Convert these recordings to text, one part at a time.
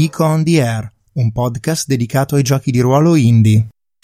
Geek on the Air, un podcast dedicato ai giochi di ruolo indie.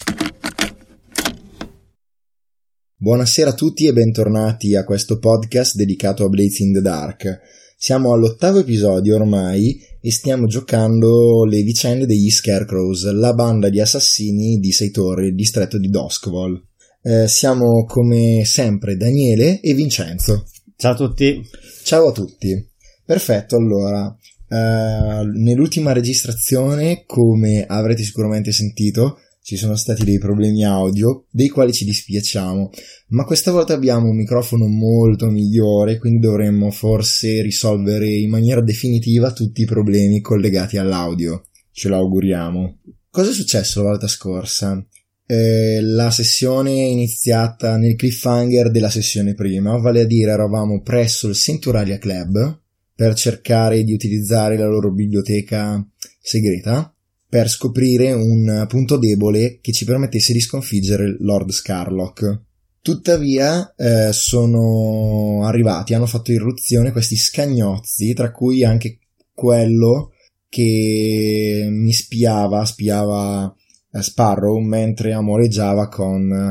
Buonasera a tutti e bentornati a questo podcast dedicato a Blades in the Dark. Siamo all'8º episodio ormai e stiamo giocando le vicende degli Scarecrows, la banda di assassini di Seitorre, il distretto di Doskvol. Siamo come sempre Daniele e Vincenzo. Ciao a tutti. Ciao a tutti. Perfetto, allora, nell'ultima registrazione, come avrete sicuramente sentito, ci sono stati dei problemi audio, dei quali ci dispiacciamo, ma questa volta abbiamo un microfono molto migliore, quindi dovremmo forse risolvere in maniera definitiva tutti i problemi collegati all'audio. Ce lo auguriamo. Cosa è successo la volta scorsa? La sessione è iniziata nel cliffhanger della sessione prima, vale a dire eravamo presso il Centuralia Club per cercare di utilizzare la loro biblioteca segreta per scoprire un punto debole che ci permettesse di sconfiggere Lord Scarlock. Tuttavia sono arrivati, hanno fatto irruzione questi scagnozzi, tra cui anche quello che mi spiava Sparrow mentre amoreggiava con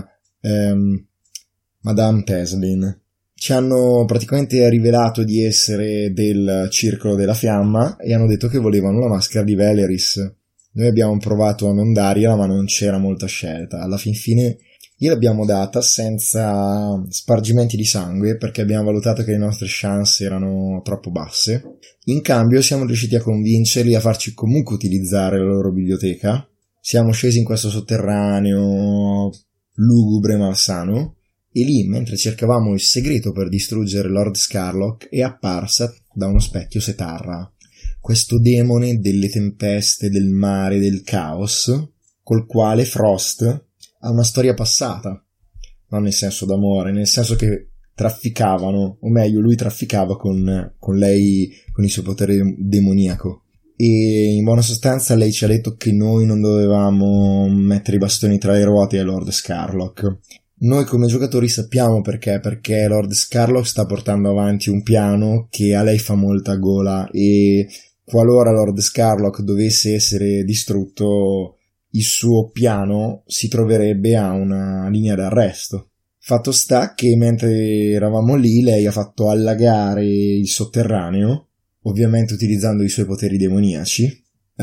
Madame Teslin. Ci hanno praticamente rivelato di essere del Circolo della Fiamma e hanno detto che volevano la maschera di Valeris. Noi abbiamo provato a non dargliela, ma non c'era molta scelta. Alla fin fine gliel'abbiamo data senza spargimenti di sangue, perché abbiamo valutato che le nostre chance erano troppo basse. In cambio siamo riusciti a convincerli a farci comunque utilizzare la loro biblioteca. Siamo scesi in questo sotterraneo lugubre malsano, e lì, mentre cercavamo il segreto per distruggere Lord Scarlock, è apparsa da uno specchio Setarra, questo demone delle tempeste, del mare, del caos, col quale Frost ha una storia passata, non nel senso d'amore, nel senso che trafficavano, o meglio lui trafficava con lei, con il suo potere demoniaco, e in buona sostanza lei ci ha detto che noi non dovevamo mettere i bastoni tra le ruote a Lord Scarlock. Noi come giocatori sappiamo perché Lord Scarlock sta portando avanti un piano che a lei fa molta gola, e qualora Lord Scarlock dovesse essere distrutto, il suo piano si troverebbe a una linea d'arresto. Fatto sta che mentre eravamo lì lei ha fatto allagare il sotterraneo, ovviamente utilizzando i suoi poteri demoniaci,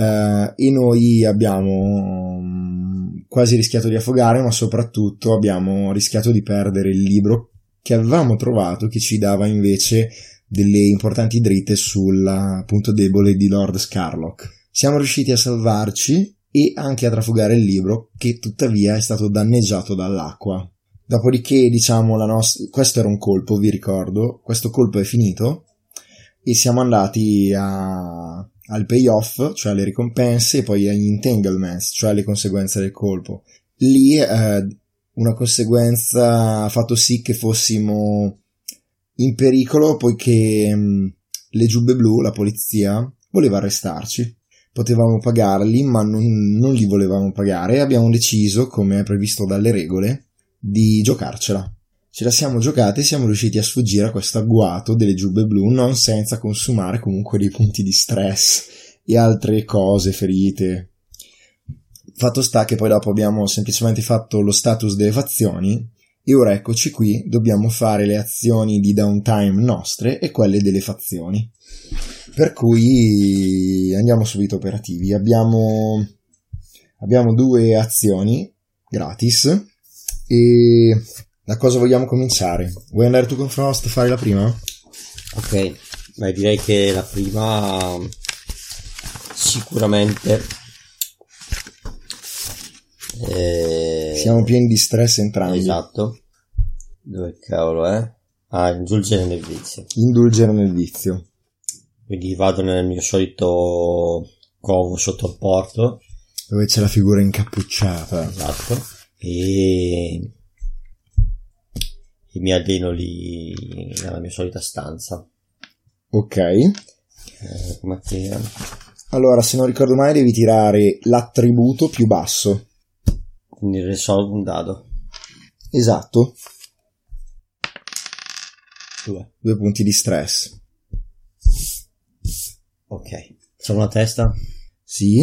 e noi abbiamo quasi rischiato di affogare, ma soprattutto abbiamo rischiato di perdere il libro che avevamo trovato, che ci dava invece delle importanti dritte sul punto debole di Lord Scarlock. Siamo riusciti a salvarci e anche a trafugare il libro, che tuttavia è stato danneggiato dall'acqua. Dopodiché, diciamo, questo era un colpo, vi ricordo, questo colpo è finito e siamo andati al payoff, cioè alle ricompense, e poi agli entanglements, cioè alle conseguenze del colpo. Lì una conseguenza ha fatto sì che fossimo in pericolo, poiché le giubbe blu, la polizia, voleva arrestarci. Potevamo pagarli, ma non li volevamo pagare, e abbiamo deciso, come è previsto dalle regole, di giocarcela. Ce la siamo giocata e siamo riusciti a sfuggire a questo agguato delle giubbe blu, non senza consumare comunque dei punti di stress e altre cose, ferite. Fatto sta che poi dopo abbiamo semplicemente fatto lo status delle fazioni e ora eccoci qui, dobbiamo fare le azioni di downtime nostre e quelle delle fazioni. Per cui andiamo subito operativi. Abbiamo 2 azioni gratis e da cosa vogliamo cominciare? Vuoi andare tu con Frost a fare la prima? Ok, beh, direi che la prima sicuramente siamo pieni di stress entrambi. Esatto. Dove cavolo è? Indulgere nel vizio. Indulgere nel vizio. Quindi vado nel mio solito covo sotto il porto, dove c'è la figura incappucciata. Esatto. E mi alleno lì nella mia solita stanza. Ok. Come tira? Allora, se non ricordo male, devi tirare l'attributo più basso. Quindi risolvo un dado. Esatto. 2 punti di stress. Ok. Facciamo la testa? Sì.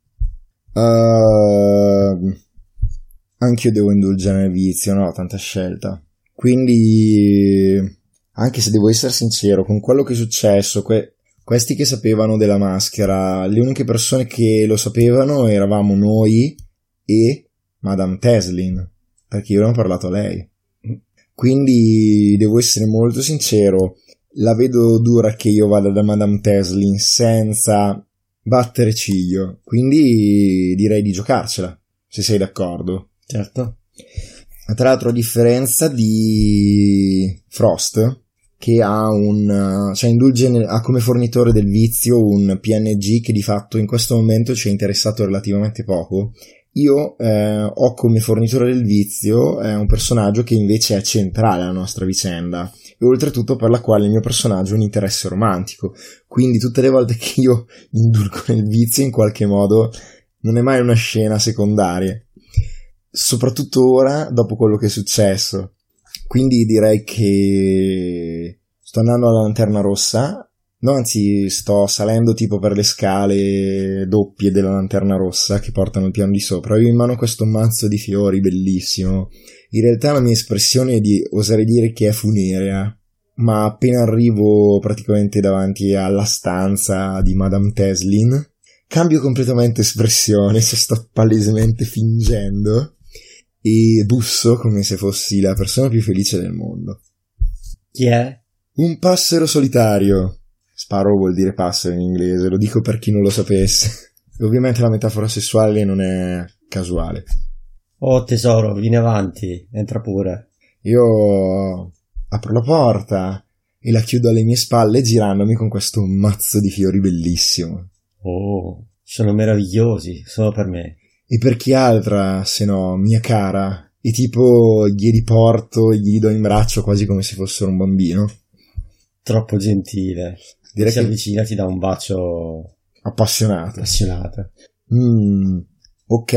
Anch'io devo indulgere nel vizio, no? Tanta scelta. Quindi, anche se devo essere sincero, con quello che è successo, questi che sapevano della maschera, le uniche persone che lo sapevano eravamo noi e Madame Teslin, perché io non ho parlato a lei. Quindi devo essere molto sincero, la vedo dura che io vada da Madame Teslin senza battere ciglio, quindi direi di giocarcela, se sei d'accordo. Certo. Tra l'altro, a differenza di Frost, che ha come fornitore del vizio un PNG che di fatto in questo momento ci è interessato relativamente poco, io ho come fornitore del vizio un personaggio che invece è centrale alla nostra vicenda e oltretutto per la quale il mio personaggio ha un interesse romantico, quindi tutte le volte che io indulgo nel vizio in qualche modo non è mai una scena secondaria, soprattutto ora dopo quello che è successo. Quindi direi che sto andando alla Lanterna Rossa, no, anzi sto salendo tipo per le scale doppie della Lanterna Rossa che portano il piano di sopra. Ho in mano questo mazzo di fiori bellissimo. In realtà la mia espressione oserei dire che è funerea, ma appena arrivo praticamente davanti alla stanza di Madame Teslin cambio completamente espressione, se sto palesemente fingendo, e busso come se fossi la persona più felice del mondo. Chi è? Un passero solitario. Sparrow vuol dire passero in inglese, lo dico per chi non lo sapesse. E ovviamente la metafora sessuale non è casuale. Oh tesoro, vieni avanti, entra pure. Io apro la porta e la chiudo alle mie spalle girandomi con questo mazzo di fiori bellissimo. Oh, sono meravigliosi, solo per me. E per chi altra, se no, mia cara, e tipo glieli porto e glieli do in braccio quasi come se fossero un bambino. Troppo gentile. Direi si che avvicina, ti dà un bacio appassionato. Ok,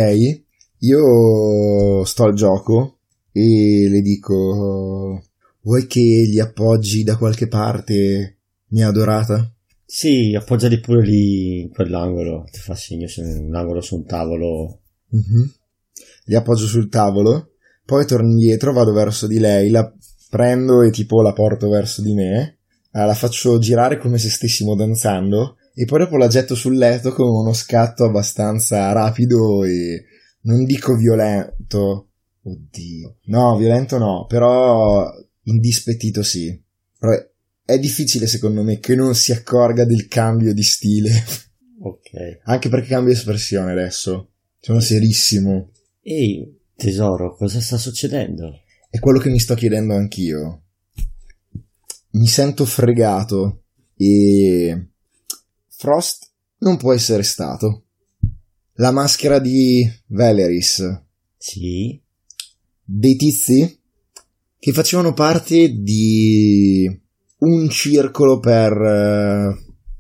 io sto al gioco e le dico: vuoi che gli appoggi da qualche parte, mia adorata? Sì, appoggiali pure lì in quell'angolo, ti fa segno su un angolo su un tavolo. Li appoggio sul tavolo, poi torno indietro, vado verso di lei, la prendo e tipo la porto verso di me, la faccio girare come se stessimo danzando e poi dopo la getto sul letto con uno scatto abbastanza rapido e non dico violento, oddio, no, violento no, però indispettito sì. Però è difficile secondo me che non si accorga del cambio di stile. Ok. Anche perché cambio espressione adesso. Sono serissimo. Ehi, tesoro, cosa sta succedendo? È quello che mi sto chiedendo anch'io. Mi sento fregato e Frost non può essere stato. La maschera di Valeris. Sì? Dei tizi che facevano parte di un circolo per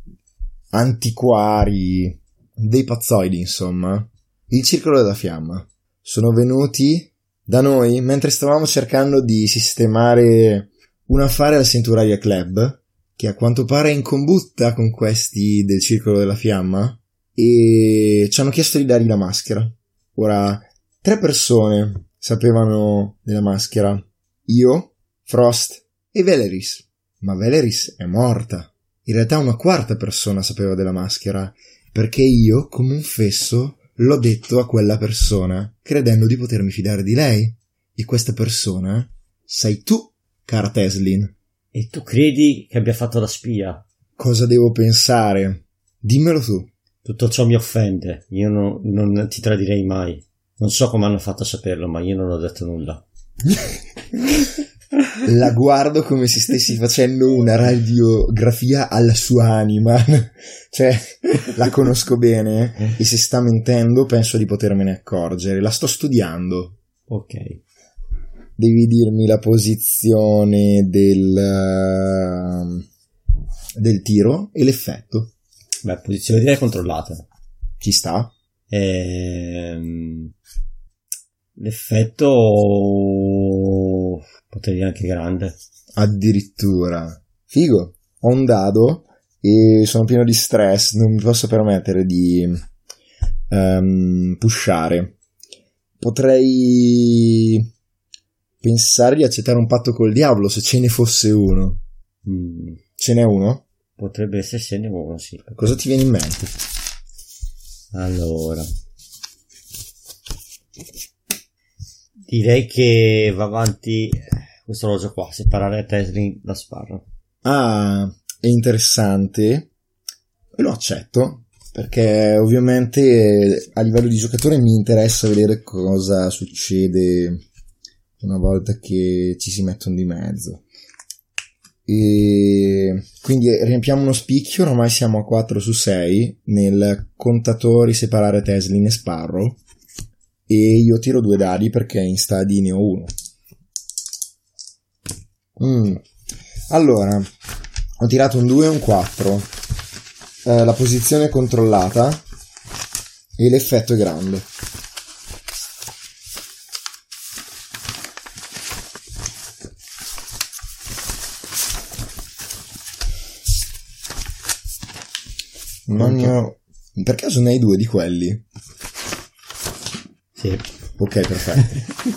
antiquari, dei pazzoidi, insomma. Il circolo della fiamma. Sono venuti da noi mentre stavamo cercando di sistemare un affare al Centuraria Club, che a quanto pare è in combutta con questi del circolo della fiamma, e ci hanno chiesto di dargli la maschera. Ora, 3 persone sapevano della maschera: io, Frost e Valeris. Ma Valeris è morta. In realtà una 4ª persona sapeva della maschera, perché io, come un fesso, l'ho detto a quella persona, credendo di potermi fidare di lei. E questa persona sei tu, cara Teslin. E tu credi che abbia fatto la spia? Cosa devo pensare? Dimmelo tu. Tutto ciò mi offende. Io non ti tradirei mai. Non so come hanno fatto a saperlo, ma io non ho detto nulla. La guardo come se stessi facendo una radiografia alla sua anima. Cioè, la conosco bene e se sta mentendo penso di potermene accorgere. La sto studiando. Ok. Devi dirmi la posizione del tiro e l'effetto. Beh, posizione direi controllata. Ci sta? L'effetto potrei dire anche grande. Addirittura. Figo. Ho un dado e sono pieno di stress, non mi posso permettere di pushare. Potrei pensare di accettare un patto col diavolo se ce ne fosse uno. Ce n'è uno? Potrebbe essercene uno, sì. Cosa ti viene in mente? Allora, direi che va avanti questo orologio qua, separare Tesling da Sparrow. Ah, è interessante, e lo accetto, perché ovviamente a livello di giocatore mi interessa vedere cosa succede una volta che ci si mettono di mezzo. E quindi riempiamo uno spicchio, ormai siamo a 4 su 6 nel contatore separare Tesling e Sparrow, e io tiro 2 dadi perché in stadi ne ho uno. Allora, ho tirato un 2 e un 4. La posizione è controllata e l'effetto è grande. Non ne ho... Per caso ne hai 2 di quelli? Sì. Ok, perfetto.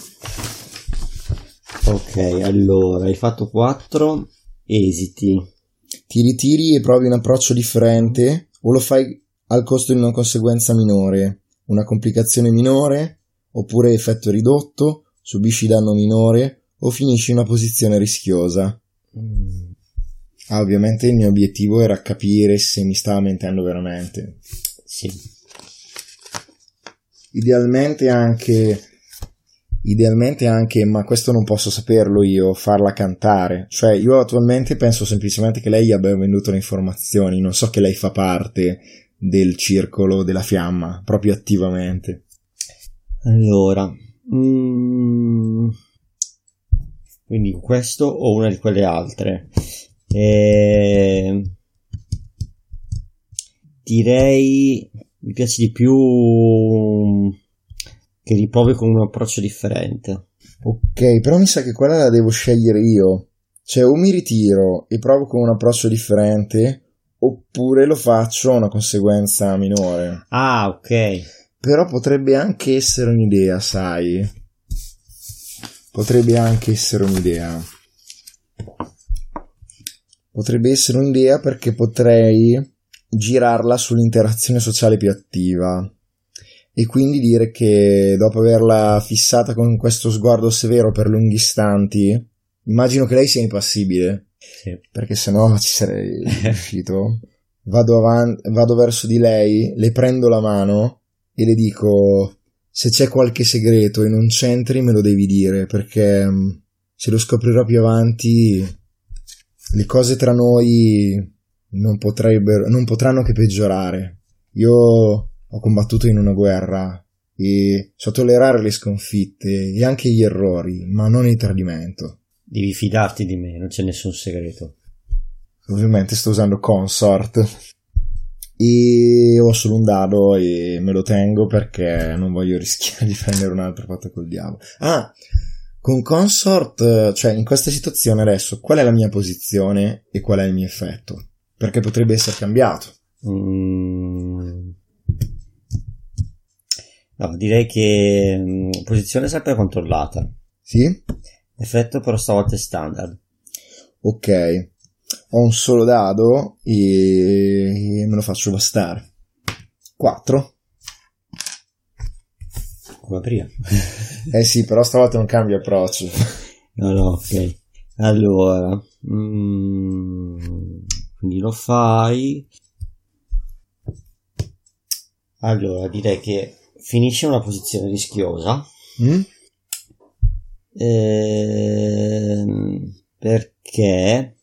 Ok, allora, hai fatto 4, esiti. Ti ritiri e provi un approccio differente, o lo fai al costo di una conseguenza minore, una complicazione minore, oppure effetto ridotto, subisci danno minore, o finisci in una posizione rischiosa. Ovviamente il mio obiettivo era capire se mi stava mentendo veramente. Sì. Idealmente anche, ma questo non posso saperlo io, farla cantare. Cioè, io attualmente penso semplicemente che lei abbia venduto le informazioni, non so che lei fa parte del circolo della fiamma, proprio attivamente. Allora, quindi questo o una di quelle altre? Direi mi piace di più che riprovi con un approccio differente. Ok, però mi sa che quella la devo scegliere io. Cioè, o mi ritiro e provo con un approccio differente, oppure lo faccio a una conseguenza minore. Ah, ok. Però potrebbe anche essere un'idea, sai? Potrebbe essere un'idea perché potrei girarla sull'interazione sociale più attiva e quindi dire che dopo averla fissata con questo sguardo severo per lunghi istanti, immagino che lei sia impassibile, Sì. perché sennò ci sarei riuscito. Vado verso di lei, le prendo la mano e le dico: se c'è qualche segreto e non c'entri me lo devi dire, perché se lo scoprirò più avanti le cose tra noi non potranno che peggiorare. Io ho combattuto in una guerra e so tollerare le sconfitte e anche gli errori, ma non il tradimento. Devi fidarti di me, non c'è nessun segreto. Ovviamente sto usando Consort e ho solo un dado e me lo tengo perché non voglio rischiare di prendere un altro patto col diavolo. Con Consort, cioè in questa situazione adesso, qual è la mia posizione e qual è il mio effetto? Perché potrebbe essere cambiato. No, direi che posizione sempre controllata. Sì? Effetto però stavolta è standard. Ok. Ho un solo dado e me lo faccio bastare. 4. Come prima. Eh sì, però stavolta non cambia approccio. No, ok. Allora, quindi lo fai. Allora, direi che finisce una posizione rischiosa. Perché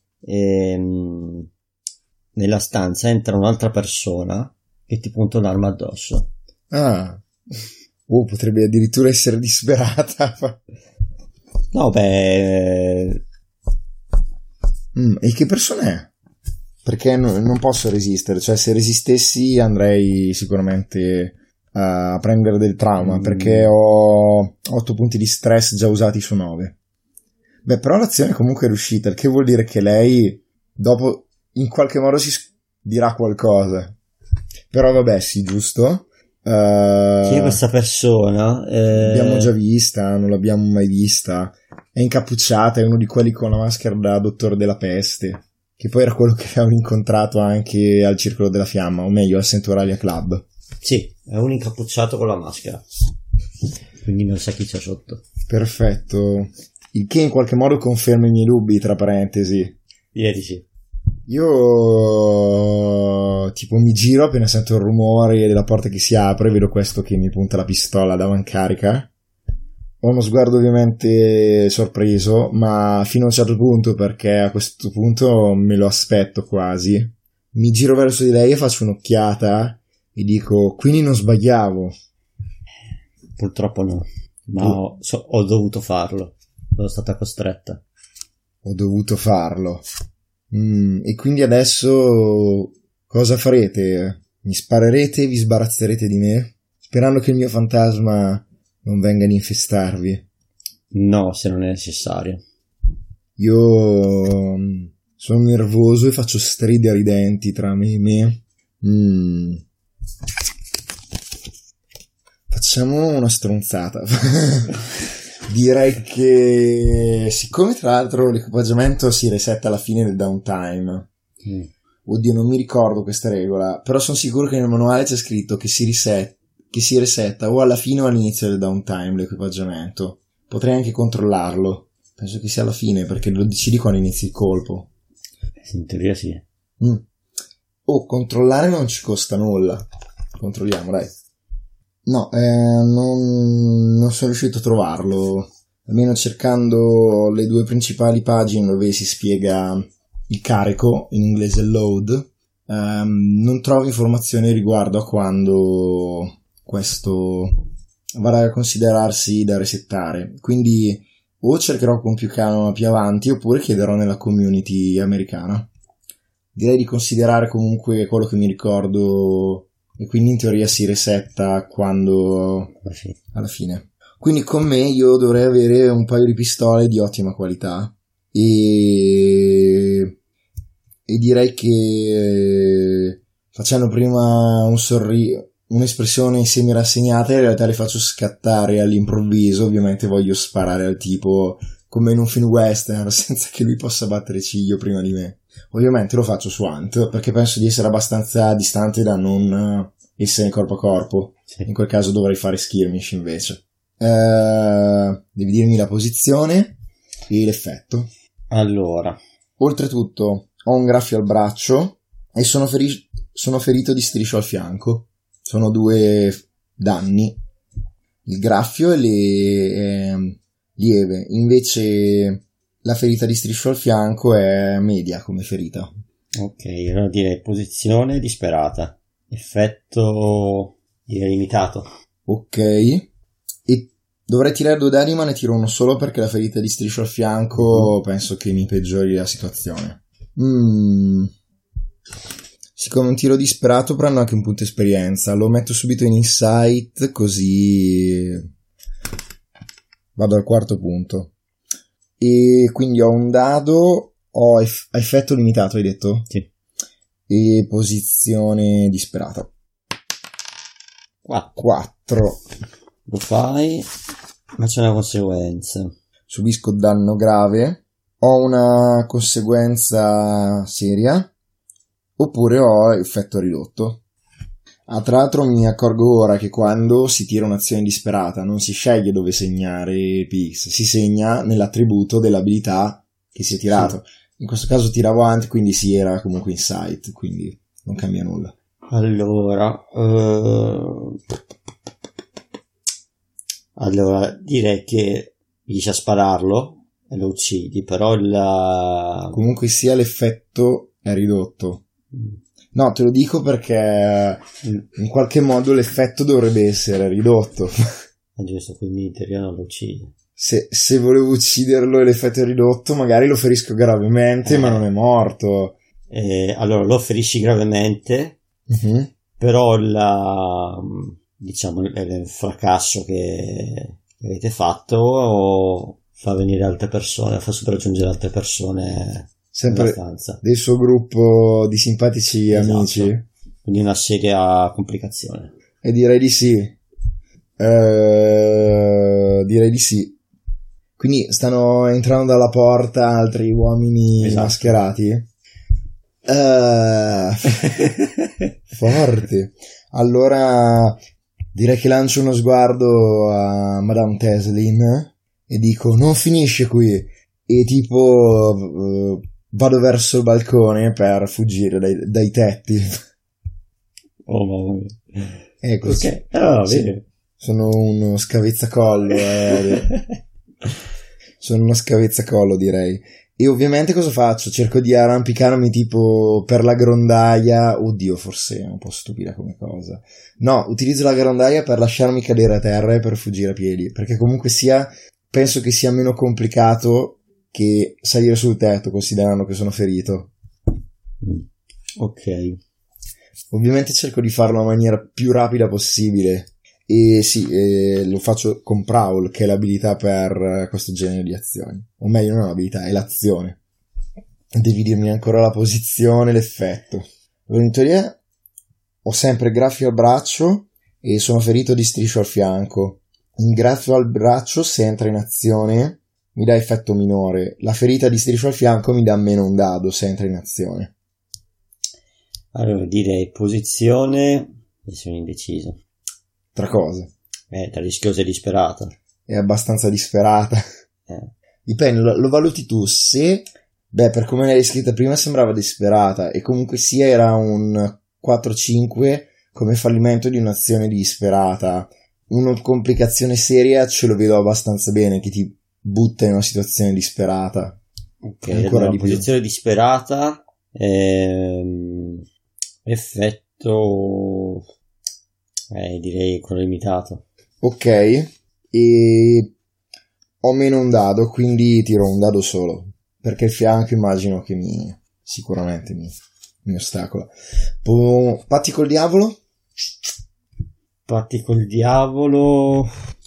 nella stanza entra un'altra persona che ti punta un'arma addosso. Potrebbe addirittura essere disperata. No, beh. E che persona è? Perché non posso resistere. Cioè, se resistessi andrei sicuramente a prendere del trauma, perché ho 8 punti di stress già usati su 9. Beh, però l'azione comunque è riuscita, il che vuol dire che lei dopo in qualche modo si dirà qualcosa. Però vabbè, sì, giusto. Chi è questa persona? L'abbiamo già vista, non l'abbiamo mai vista. È incappucciata, è uno di quelli con la maschera da dottore della peste, che poi era quello che avevamo incontrato anche al Circolo della Fiamma, o meglio al Centuralia Club. Sì, è un incappucciato con la maschera, quindi non sa chi c'è sotto. Perfetto, il che in qualche modo conferma i miei dubbi, tra parentesi. Direi di sì. Io tipo mi giro appena sento il rumore della porta che si apre, vedo questo che mi punta la pistola da mancarica. Ho uno sguardo ovviamente sorpreso, ma fino a un certo punto, perché a questo punto me lo aspetto quasi. Mi giro verso di lei e faccio un'occhiata e dico: quindi non sbagliavo. Purtroppo no, ma ho dovuto farlo, sono stata costretta. Ho dovuto farlo. E quindi adesso cosa farete? Mi sparerete e vi sbarazzerete di me? Sperando che il mio fantasma non venga ad infestarvi. No, se non è necessario. Io sono nervoso e faccio stridere i denti tra me e me. Facciamo una stronzata. Direi che, siccome tra l'altro l'equipaggiamento si resetta alla fine del downtime, oddio, non mi ricordo questa regola, però sono sicuro che nel manuale c'è scritto che si resetta o alla fine o all'inizio del downtime l'equipaggiamento. Potrei anche controllarlo. Penso che sia alla fine, perché lo decidi quando inizi il colpo. In teoria sì. Controllare non ci costa nulla. Controlliamo, dai. No, non sono riuscito a trovarlo, almeno cercando le due principali pagine dove si spiega il carico, in inglese load, non trovo informazioni riguardo a quando questo varrà a considerarsi da resettare, quindi o cercherò con più calma più avanti oppure chiederò nella community americana. Direi di considerare comunque quello che mi ricordo. E quindi in teoria si resetta quando alla fine. Quindi con me io dovrei avere un paio di pistole di ottima qualità e direi che facendo prima un'espressione semi rassegnata, in realtà le faccio scattare all'improvviso. Ovviamente voglio sparare al tipo come in un film western senza che lui possa battere ciglio prima di me. Ovviamente lo faccio su Hunt perché penso di essere abbastanza distante da non essere corpo a corpo. Sì. In quel caso dovrei fare skirmish invece. Devi dirmi la posizione e l'effetto. Allora, oltretutto ho un graffio al braccio e sono ferito di striscio al fianco. Sono 2 danni. Il graffio è lieve, invece la ferita di striscio al fianco è media come ferita. Ok, allora direi posizione disperata, effetto direi limitato. Ok, e dovrei tirare 2 dadi ma ne tiro uno solo perché la ferita di striscio al fianco penso che mi peggiori la situazione. Siccome un tiro disperato prendo anche un punto esperienza, lo metto subito in insight così vado al 4º punto. E quindi ho un dado, ho effetto limitato, hai detto? Sì. E posizione disperata. 4. Lo fai, ma c'è una conseguenza. Subisco danno grave, ho una conseguenza seria, oppure ho effetto ridotto. Tra l'altro mi accorgo ora che quando si tira un'azione disperata non si sceglie dove segnare PX, si segna nell'attributo dell'abilità che si è tirato. Sì. In questo caso tiravo avanti, quindi si era comunque in sight, quindi non cambia nulla. Allora direi che riesci a spararlo e lo uccidi, però comunque sia l'effetto è ridotto. No, te lo dico perché in qualche modo l'effetto dovrebbe essere ridotto. Giusto, quindi in teoria non lo uccidi. Se volevo ucciderlo e l'effetto è ridotto, magari lo ferisco gravemente, ma non è morto. Allora lo ferisci gravemente, però il fracasso che avete fatto fa venire altre persone, fa sopraggiungere altre persone. Sempre del suo gruppo di simpatici amici. Quindi una seria complicazione. E direi di sì. Direi di sì. Quindi stanno entrando dalla porta altri uomini Esatto. mascherati? Forte. Allora direi che lancio uno sguardo a Madame Teslin e dico: non finisce qui. E tipo vado verso il balcone per fuggire dai tetti. Oh mamma mia. E così. Ok, allora, Sì. vedi. Sono uno scavezzacollo. Sono uno scavezzacollo, direi. E ovviamente cosa faccio? Cerco di arrampicarmi tipo per la grondaia. Oddio, forse è un po' stupida come cosa. No, utilizzo la grondaia per lasciarmi cadere a terra e per fuggire a piedi. Perché comunque sia, penso che sia meno complicato che salire sul tetto, considerando che sono ferito. Ok. Ovviamente cerco di farlo nella maniera più rapida possibile. E sì, lo faccio con Prowl, che è l'abilità per questo genere di azioni. O meglio, non è l'abilità, è l'azione. Devi dirmi ancora la posizione e l'effetto. Allora, in teoria ho sempre graffio al braccio e sono ferito di striscio al fianco. Il graffio al braccio, se entra in azione, mi dà effetto minore. La ferita di striscio al fianco mi dà meno un dado se entra in azione. Allora direi posizione e sono indeciso. Tra cose. Tra rischiosa e disperata. È abbastanza disperata. Dipende, lo valuti tu. Se, per come l'hai scritta prima sembrava disperata, e comunque sia era un 4-5 come fallimento di un'azione disperata. Una complicazione seria ce lo vedo abbastanza bene, che ti butta in una situazione disperata. Ok, Ancora allora, di più. posizione disperata, effetto, direi quello limitato. Ok, e ho meno un dado, quindi tiro un dado solo, perché il fianco immagino che sicuramente mi ostacola. Patti col diavolo? Patti col diavolo.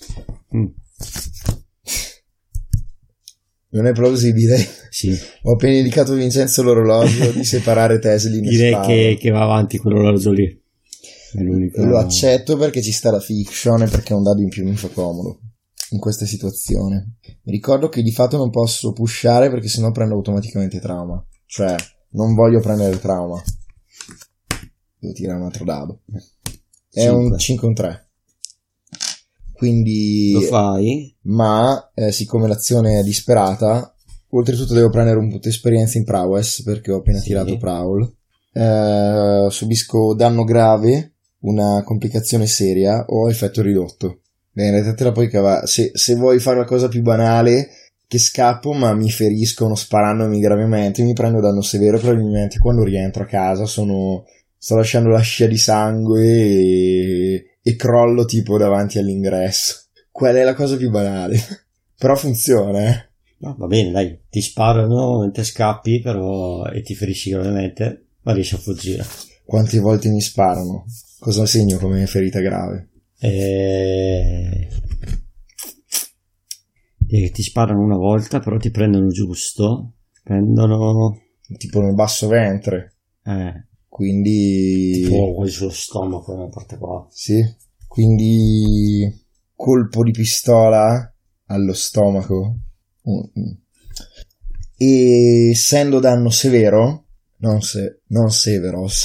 Non è plausibile. Sì. Ho appena indicato a Vincenzo l'orologio di separare Teslin e Direi Sparo. che va avanti quell'orologio lì. È l'unico. Lo accetto perché ci sta la fiction e perché un dado in più mi fa comodo in questa situazione. Mi ricordo che di fatto non posso pushare perché sennò prendo automaticamente trauma. Cioè, non voglio prendere trauma. Devo tirare un altro dado. È un 5 un 3. Quindi lo fai? Ma siccome l'azione è disperata, oltretutto devo prendere un punto esperienza in prowess perché ho appena tirato Prowl. Subisco danno grave, una complicazione seria o effetto ridotto. Bene, in realtà te la puoi cavare. Se vuoi fare la cosa più banale, che scappo ma mi feriscono sparandomi gravemente, mi prendo danno severo, probabilmente quando rientro a casa sto lasciando la scia di sangue e crollo tipo davanti all'ingresso. Quella è la cosa più banale. Però funziona, No, va bene, dai, ti sparano mentre scappi, però, e ti ferisci gravemente, ma riesci a fuggire. Quante volte mi sparano? Cosa segno come ferita grave? Ti sparano una volta, però ti prendono giusto. Prendono tipo nel basso ventre. Quindi tipo sullo stomaco, nella parte qua. Sì. Quindi colpo di pistola allo stomaco. E essendo danno severo, non severos,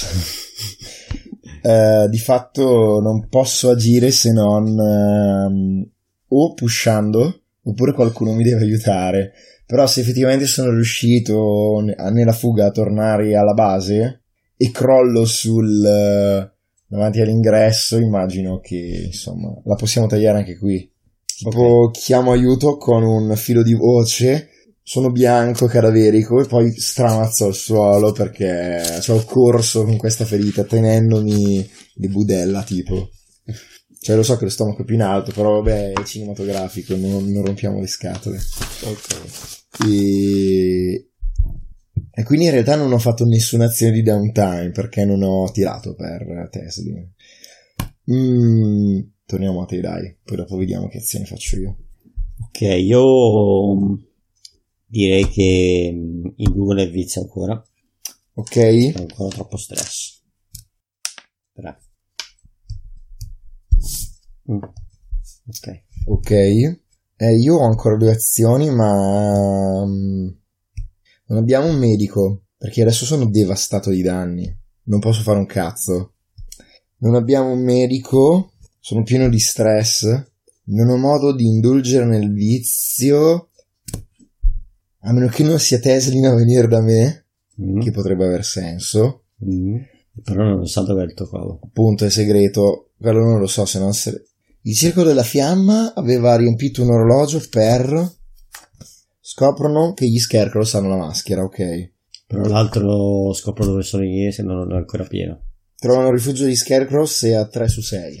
di fatto non posso agire se non o pushando oppure qualcuno mi deve aiutare. Però se effettivamente sono riuscito nella fuga a tornare alla base e crollo davanti all'ingresso, immagino che insomma la possiamo tagliare anche qui. Tipo chiamo aiuto con un filo di voce, sono bianco, cadaverico, e poi stramazzo al suolo perché ho corso con questa ferita tenendomi di budella tipo. Cioè lo so che lo stomaco è più in alto, però vabbè è cinematografico, non rompiamo le scatole. E quindi in realtà non ho fatto nessuna azione di downtime perché non ho tirato per Teslin. Torniamo a te, dai, poi dopo vediamo che azione faccio io. Ok, io direi che il Google è vizio ancora. Ok. È ancora troppo stress. 3. Ok. Ok. Io ho ancora 2 azioni, ma non abbiamo un medico, perché adesso sono devastato di danni. Non posso fare un cazzo. Non abbiamo un medico, sono pieno di stress, non ho modo di indulgere nel vizio, a meno che non sia Teslin a venire da me, che potrebbe aver senso. Però non sa dove è il tuo covo. Appunto, è segreto, quello non lo so, se non Il circolo della fiamma aveva riempito un orologio per... Scoprono che gli Scarecrow hanno la maschera, ok. Però l'altro scopro dove sono io, se non è ancora pieno. Trovano rifugio di Scarecrow se a 3 su 6.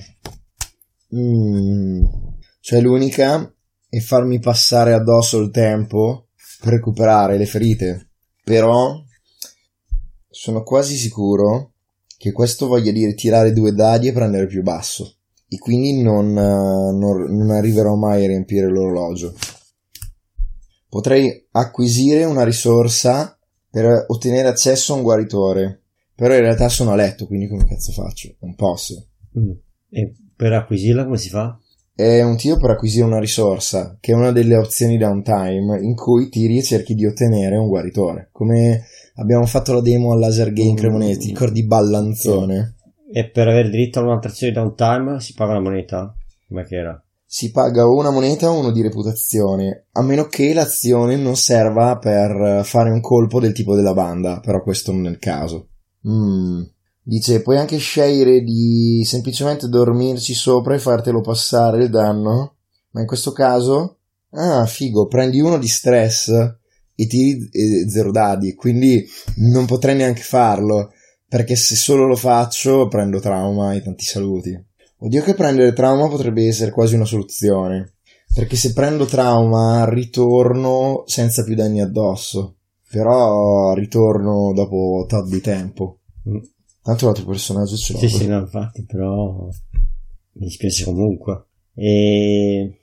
Cioè l'unica è farmi passare addosso il tempo per recuperare le ferite. Però sono quasi sicuro che questo voglia dire tirare 2 dadi e prendere più basso. E quindi non arriverò mai a riempire l'orologio. Potrei acquisire una risorsa per ottenere accesso a un guaritore, però in realtà sono a letto, quindi come cazzo faccio? Non posso. E per acquisirla come si fa? È un tiro per acquisire una risorsa, che è una delle opzioni downtime, in cui tiri e cerchi di ottenere un guaritore, come abbiamo fatto la demo al Laser Game Cremonese, ti ricordi Ballanzone? E per avere diritto a un'attrazione downtime si paga la moneta? Com'è che era? Si paga o una moneta o uno di reputazione, a meno che l'azione non serva per fare un colpo del tipo della banda, però questo non è il caso. Dice, puoi anche scegliere di semplicemente dormirci sopra e fartelo passare il danno, ma in questo caso, figo, prendi uno di stress e tiri 0 dadi, quindi non potrei neanche farlo, perché se solo lo faccio prendo trauma e tanti saluti. Oddio che prendere trauma potrebbe essere quasi una soluzione, perché se prendo trauma ritorno senza più danni addosso, però ritorno dopo tot di tempo. Tanto l'altro personaggio ce l'ho. Sì, no, infatti, però mi dispiace comunque. E...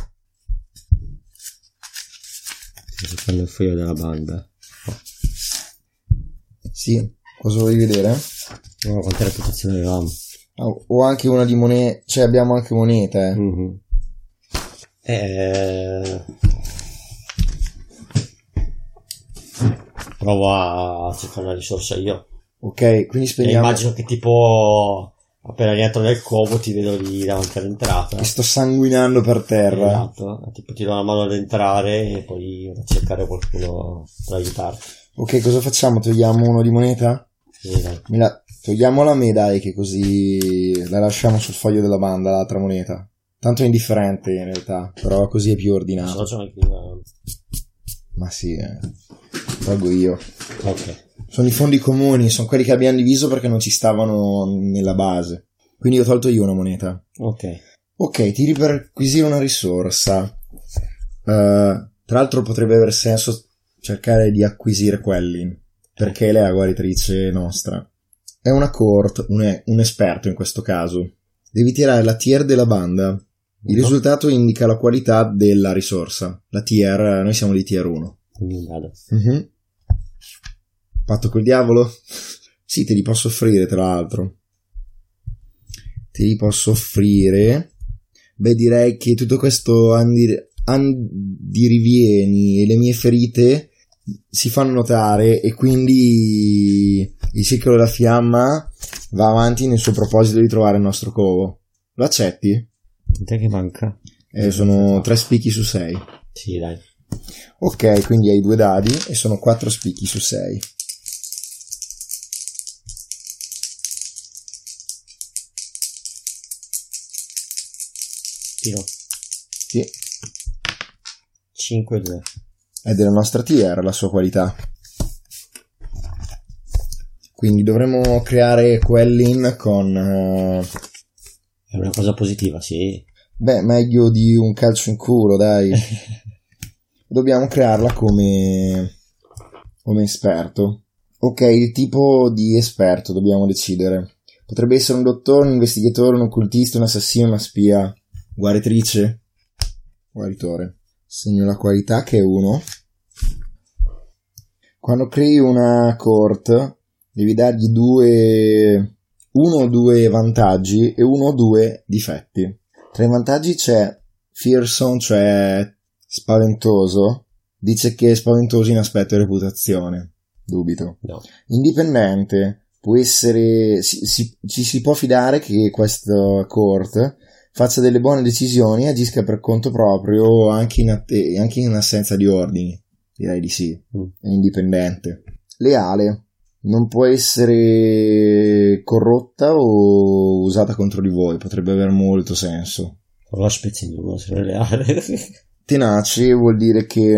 sto facendo il foglio della banda. Sì, cosa vuoi vedere? No, quanta reputazione avevamo? O anche una di moneta, cioè abbiamo anche moneta. Provo a cercare una risorsa io. Ok, quindi E spendiamo. immagino che tipo appena rientro nel covo ti vedo lì davanti all'entrata. Che sto sanguinando per terra. Esatto, tipo ti do una mano ad entrare e poi a cercare qualcuno per aiutarti. Ok, cosa facciamo? Togliamo uno di moneta? Sì, dai. Togliamola a me, dai, che così la lasciamo sul foglio della banda, l'altra moneta. Tanto è indifferente in realtà, però così è più ordinato. C'è anche una... Ma sì, pago io. Ok. Sono i fondi comuni, sono quelli che abbiamo diviso perché non ci stavano nella base. Quindi ho tolto io una moneta. Ok, tiri per acquisire una risorsa. Tra l'altro potrebbe aver senso cercare di acquisire Quellin, perché lei è la guaritrice nostra. È una court, un esperto in questo caso. Devi tirare la tier della banda. Il risultato indica la qualità della risorsa. La tier, noi siamo di tier 1. Quindi vado. Patto col diavolo? Sì, te li posso offrire, tra l'altro. Te li posso offrire. Beh, direi che tutto questo andirivieni e le mie ferite si fanno notare, e quindi il circolo della fiamma va avanti nel suo proposito di trovare il nostro covo. Lo accetti? Te che manca? Sono 3 spicchi su 6. Sì, dai. Ok, quindi hai 2 dadi e sono 4 spicchi su 6. Tiro. Sì. 5-2. È della nostra tier la sua qualità. Quindi dovremmo creare Quellin con... È una cosa positiva, sì. Beh, meglio di un calcio in culo, dai. Dobbiamo crearla come esperto. Ok, il tipo di esperto dobbiamo decidere. Potrebbe essere un dottore, un investigatore, un occultista, un assassino, una spia. Guaritrice? Guaritore. Segno la qualità che è 1. Quando crei una court devi dargli 1 o 2 vantaggi e 1 o 2 difetti. Tra i vantaggi c'è fearsome, cioè spaventoso. Dice che è spaventoso in aspetto e reputazione. Dubito. No. Indipendente, può essere, ci si può fidare che questo court faccia delle buone decisioni e agisca per conto proprio anche in assenza di ordini. Direi di sì. È indipendente. Leale, non può essere corrotta o usata contro di voi, potrebbe avere molto senso. Però spezzi non essere leale. Tenace vuol dire che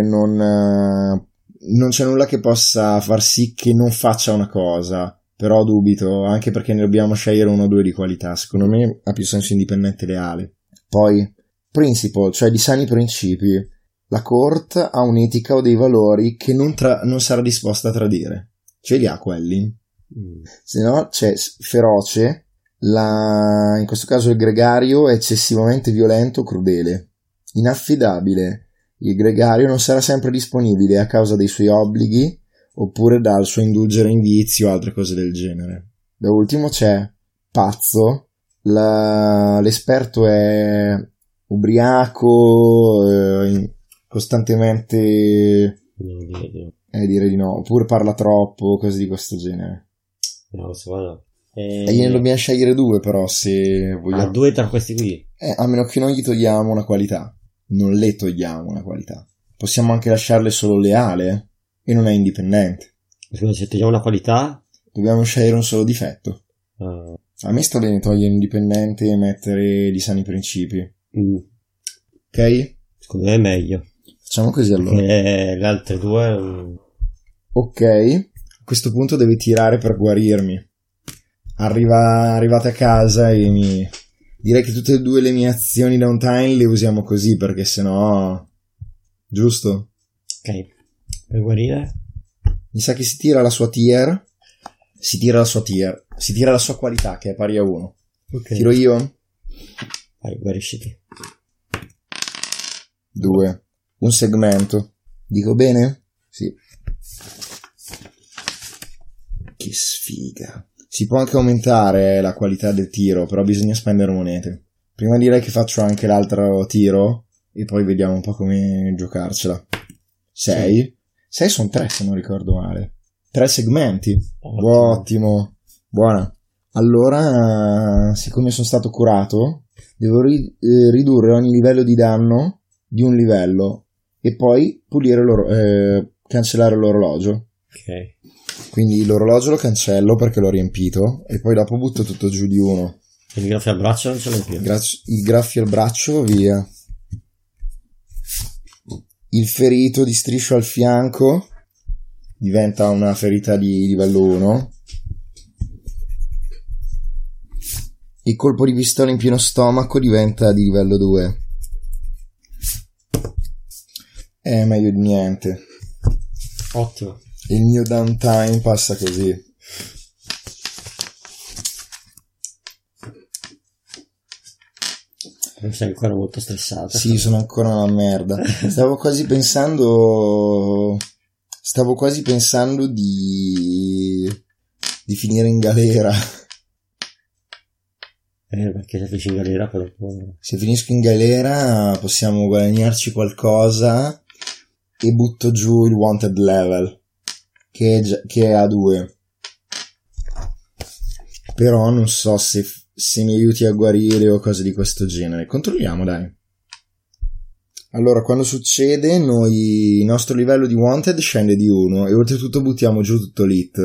non c'è nulla che possa far sì che non faccia una cosa, però dubito, anche perché ne dobbiamo scegliere uno o due di qualità. Secondo me ha più senso indipendente e leale. Poi, principle, cioè di sani principi. La court ha un'etica o dei valori che non sarà disposta a tradire. Ce li ha quelli? Se no c'è feroce, in questo caso il gregario è eccessivamente violento o crudele. Inaffidabile, il gregario non sarà sempre disponibile a causa dei suoi obblighi oppure dal suo indulgere in vizio o altre cose del genere. Da ultimo c'è pazzo, l'esperto è ubriaco, costantemente dire di no, oppure parla troppo, cose di questo genere. No, no. E gliene dobbiamo scegliere due, però, se vogliamo. Due tra questi qui. A meno che non gli togliamo una qualità. Non le togliamo una qualità. Possiamo anche lasciarle solo leale e non è indipendente. Scusa, se togliamo una qualità dobbiamo scegliere un solo difetto. A me sta bene togliere indipendente e mettere di sani principi. Ok? Secondo me è meglio. Facciamo così allora. Le altre due. Ok. A questo punto devi tirare per guarirmi. Arrivate a casa e direi che tutte e due le mie azioni downtime le usiamo così, perché sennò. Giusto? Ok. Per guarire? Mi sa che si tira la sua tier. Si tira la sua qualità, che è pari a 1. Ok. Tiro io? Vai, guarisciti. 2. Un segmento. Dico bene? Sì. Che sfiga. Si può anche aumentare la qualità del tiro, però bisogna spendere monete. Prima direi che faccio anche l'altro tiro e poi vediamo un po' come giocarcela. 6. Sì. 6 sono 3 se non ricordo male. 3 segmenti. Ottimo. Buona. Allora, siccome sono stato curato, devo ridurre ogni livello di danno di un livello e poi cancellare l'orologio. Ok. Quindi l'orologio lo cancello perché l'ho riempito e poi dopo butto tutto giù di 1. Il graffio al braccio non ce l'ho più. Il graffio al braccio via. Il ferito di striscio al fianco diventa una ferita di livello 1. Il colpo di pistola in pieno stomaco diventa di livello 2. È meglio di niente. Ottimo. Il mio downtime passa così. Sei ancora molto stressato. Sì, sono ancora una merda. Stavo quasi pensando di finire in galera. Perché se finisci in galera però. Se finisco in galera possiamo guadagnarci qualcosa e butto giù il wanted level che è a 2. Però non so se mi aiuti a guarire o cose di questo genere. Controlliamo, dai. Allora, quando succede, il nostro livello di wanted scende di 1 e oltretutto buttiamo giù tutto l'hit.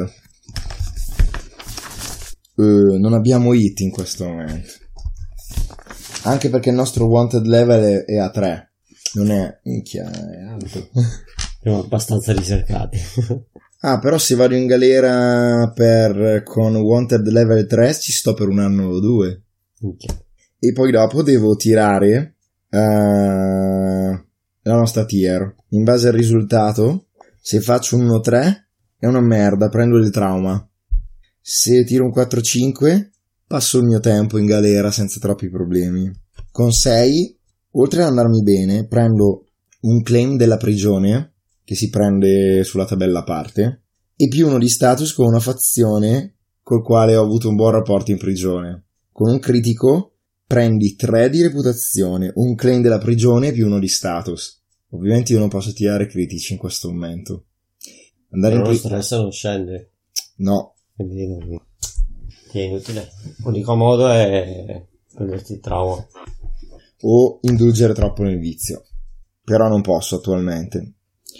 Non abbiamo hit in questo momento. Anche perché il nostro wanted level è a 3. Non è... minchia, è alto. Siamo abbastanza ricercati. Ah, però se vado in galera con wanted level 3 ci sto per un anno o 2. Okay. E poi dopo devo tirare la nostra tier. In base al risultato, se faccio un 1-3 è una merda, prendo il trauma. Se tiro un 4-5 passo il mio tempo in galera senza troppi problemi. Con 6, oltre ad andarmi bene, prendo un claim della prigione che si prende sulla tabella a parte e più 1 di status con una fazione col quale ho avuto un buon rapporto in prigione. Con un critico prendi 3 di reputazione, un claim della prigione più 1 di status. Ovviamente io non posso tirare critici in questo momento. Andare Però in lo stress non scende. No. Quindi è inutile. L'unico modo è prenderti il trauma. O indulgere troppo nel vizio. Però non posso attualmente.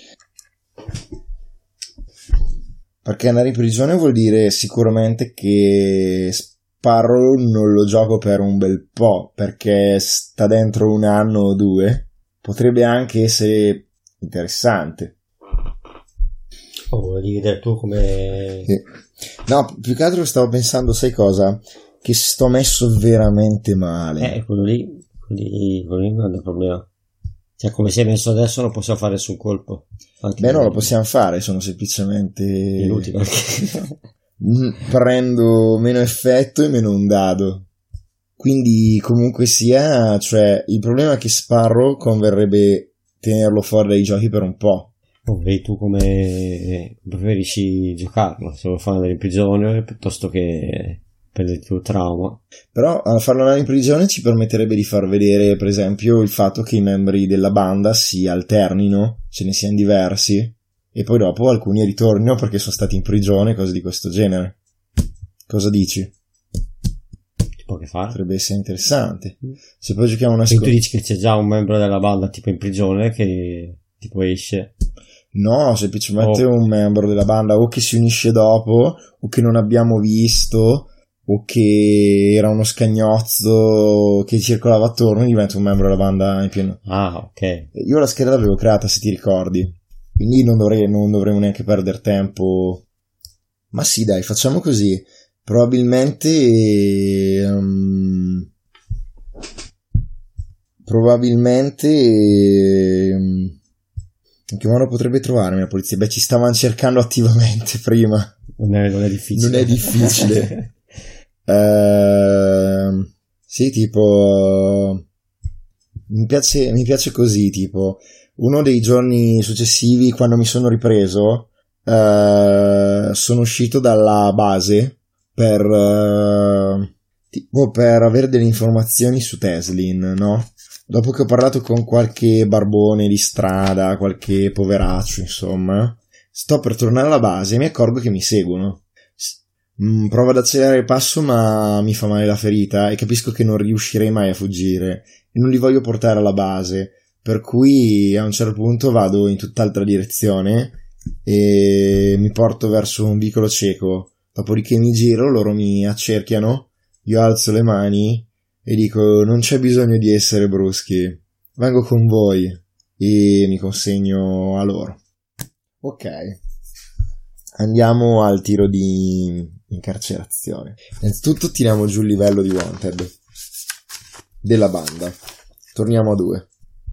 Perché andare in prigione vuol dire sicuramente che Sparrow non lo gioco per un bel po', perché sta dentro 1 anno o 2. Potrebbe anche essere interessante. Vuoi vedere tu come... Sì. No, più che altro stavo pensando, sai cosa? Che sto messo veramente male. Quello lì non è un grande problema. Cioè, come sei messo adesso non possiamo fare sul colpo. Anche Non lo possiamo fare, sono semplicemente inutile perché... prendo meno effetto e meno un dado. Quindi comunque sia, cioè il problema è che Sparrow converrebbe tenerlo fuori dai giochi per un po'. Vedi tu come preferisci giocarlo, se lo fai andare in prigione piuttosto che prenderti il trauma. Però a farlo andare in prigione ci permetterebbe di far vedere, per esempio, il fatto che i membri della banda si alternino, ce ne siano diversi, e poi dopo alcuni ritornino perché sono stati in prigione, cose di questo genere. Cosa dici? Tipo che fare? Potrebbe essere interessante. Se poi giochiamo una E tu dici che c'è già un membro della banda tipo in prigione che tipo esce? No, semplicemente un membro della banda o che si unisce dopo o che non abbiamo visto o che era uno scagnozzo che circolava attorno e diventa un membro della banda in pieno. Ah, ok. Io la scheda l'avevo creata, se ti ricordi, quindi non dovremo neanche perdere tempo. Ma sì, dai, facciamo così. Probabilmente in che modo potrebbe trovarmi la polizia? Beh, ci stavano cercando attivamente prima. Non è difficile. Non è difficile. Sì, tipo mi piace così, tipo uno dei giorni successivi, quando mi sono ripreso, sono uscito dalla base per avere delle informazioni su Teslin, no? Dopo che ho parlato con qualche barbone di strada, qualche poveraccio, insomma, sto per tornare alla base e mi accorgo che mi seguono. Provo ad accelerare il passo, ma mi fa male la ferita e capisco che non riuscirei mai a fuggire e non li voglio portare alla base, per cui a un certo punto vado in tutt'altra direzione e mi porto verso un vicolo cieco. Dopodiché mi giro, loro mi accerchiano, io alzo le mani e dico: non c'è bisogno di essere bruschi, vengo con voi, e mi consegno a loro. Ok, andiamo al tiro di incarcerazione. Innanzitutto tiriamo giù il livello di Wanted della banda, torniamo a 2.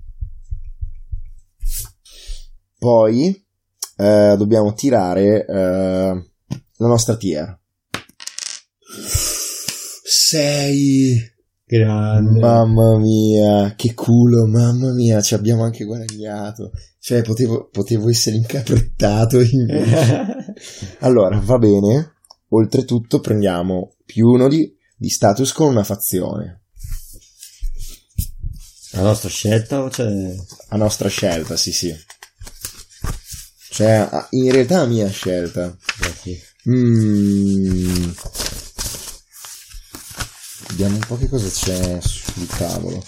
Poi dobbiamo tirare la nostra tier. 6. Grande. Mamma mia, che culo, mamma mia, ci abbiamo anche guadagnato. Cioè, potevo essere incaprettato. Allora, va bene. Oltretutto prendiamo +1 di status con una fazione. La nostra scelta o c'è? A nostra scelta, sì. Cioè, in realtà a mia scelta. Sì. Vediamo un po' che cosa c'è sul tavolo.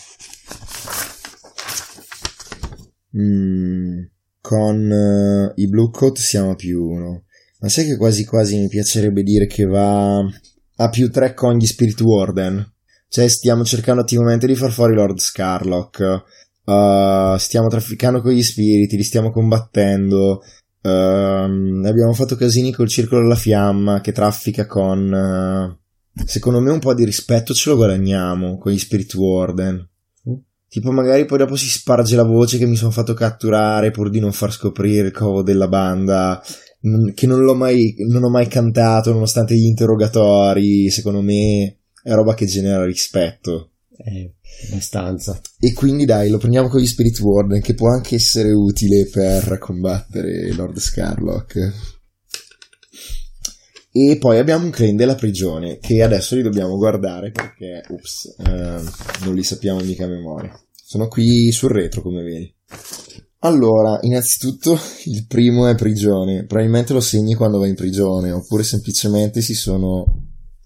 Con i Blue Coat siamo a +1. Ma sai che quasi quasi mi piacerebbe dire che va a +3 con gli Spirit Warden. Cioè stiamo cercando attivamente di far fuori Lord Scarlock. Stiamo trafficando con gli spiriti, li stiamo combattendo. Abbiamo fatto casini col Circolo della Fiamma che traffica con... secondo me un po' di rispetto ce lo guadagniamo con gli Spirit Warden. Tipo magari poi dopo si sparge la voce che mi sono fatto catturare pur di non far scoprire il covo della banda, che non ho mai cantato nonostante gli interrogatori. Secondo me è roba che genera rispetto. Abbastanza. E quindi dai, lo prendiamo con gli Spirit Warden, che può anche essere utile per combattere Lord Scarlock. E poi abbiamo un claim della prigione, che adesso li dobbiamo guardare perché non li sappiamo mica a memoria. Sono qui sul retro, come vedi. Allora, innanzitutto il primo è prigione. Probabilmente lo segni quando vai in prigione, oppure semplicemente si sono...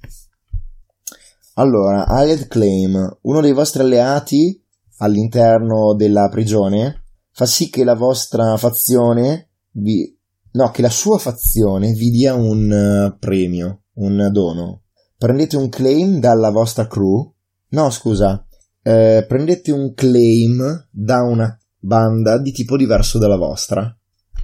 Allora, Allied Claim. Uno dei vostri alleati all'interno della prigione fa sì che la vostra fazione che la sua fazione vi dia un premio, un dono. Prendete un claim dalla vostra crew. No, scusa. Prendete un claim da una banda di tipo diverso dalla vostra.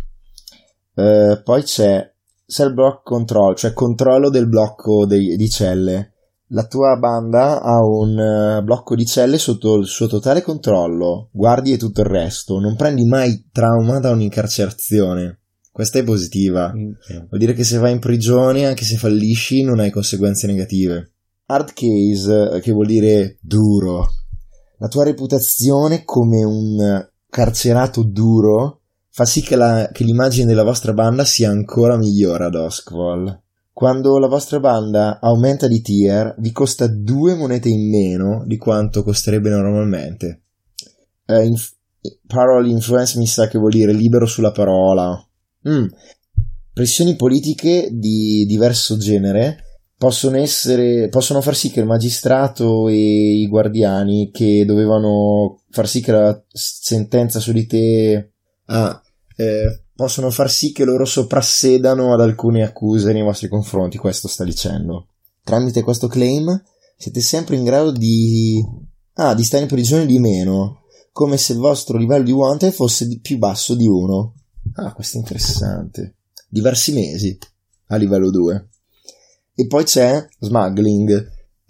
Poi c'è Cell Block Control, cioè controllo del blocco di celle. La tua banda ha un blocco di celle sotto il suo totale controllo, guardie e tutto il resto. Non prendi mai trauma da un'incarcerazione. Questa è positiva. Vuol dire che se vai in prigione, anche se fallisci, non hai conseguenze negative. Hard case, che vuol dire duro. La tua reputazione come un carcerato duro fa sì che l'immagine della vostra banda sia ancora migliore ad Oskwald. Quando la vostra banda aumenta di tier, vi costa 2 monete in meno di quanto costerebbe normalmente. Parole influence mi sa che vuol dire libero sulla parola. Pressioni politiche di diverso genere possono far sì che il magistrato e i guardiani, che dovevano far sì che la sentenza su di te possono far sì che loro soprassedano ad alcune accuse nei vostri confronti. Questo sta dicendo. Tramite questo claim siete sempre in grado di stare in prigione di meno, come se il vostro livello di wanted fosse più basso di 1. Questo è interessante. Diversi mesi a livello 2. E poi c'è smuggling,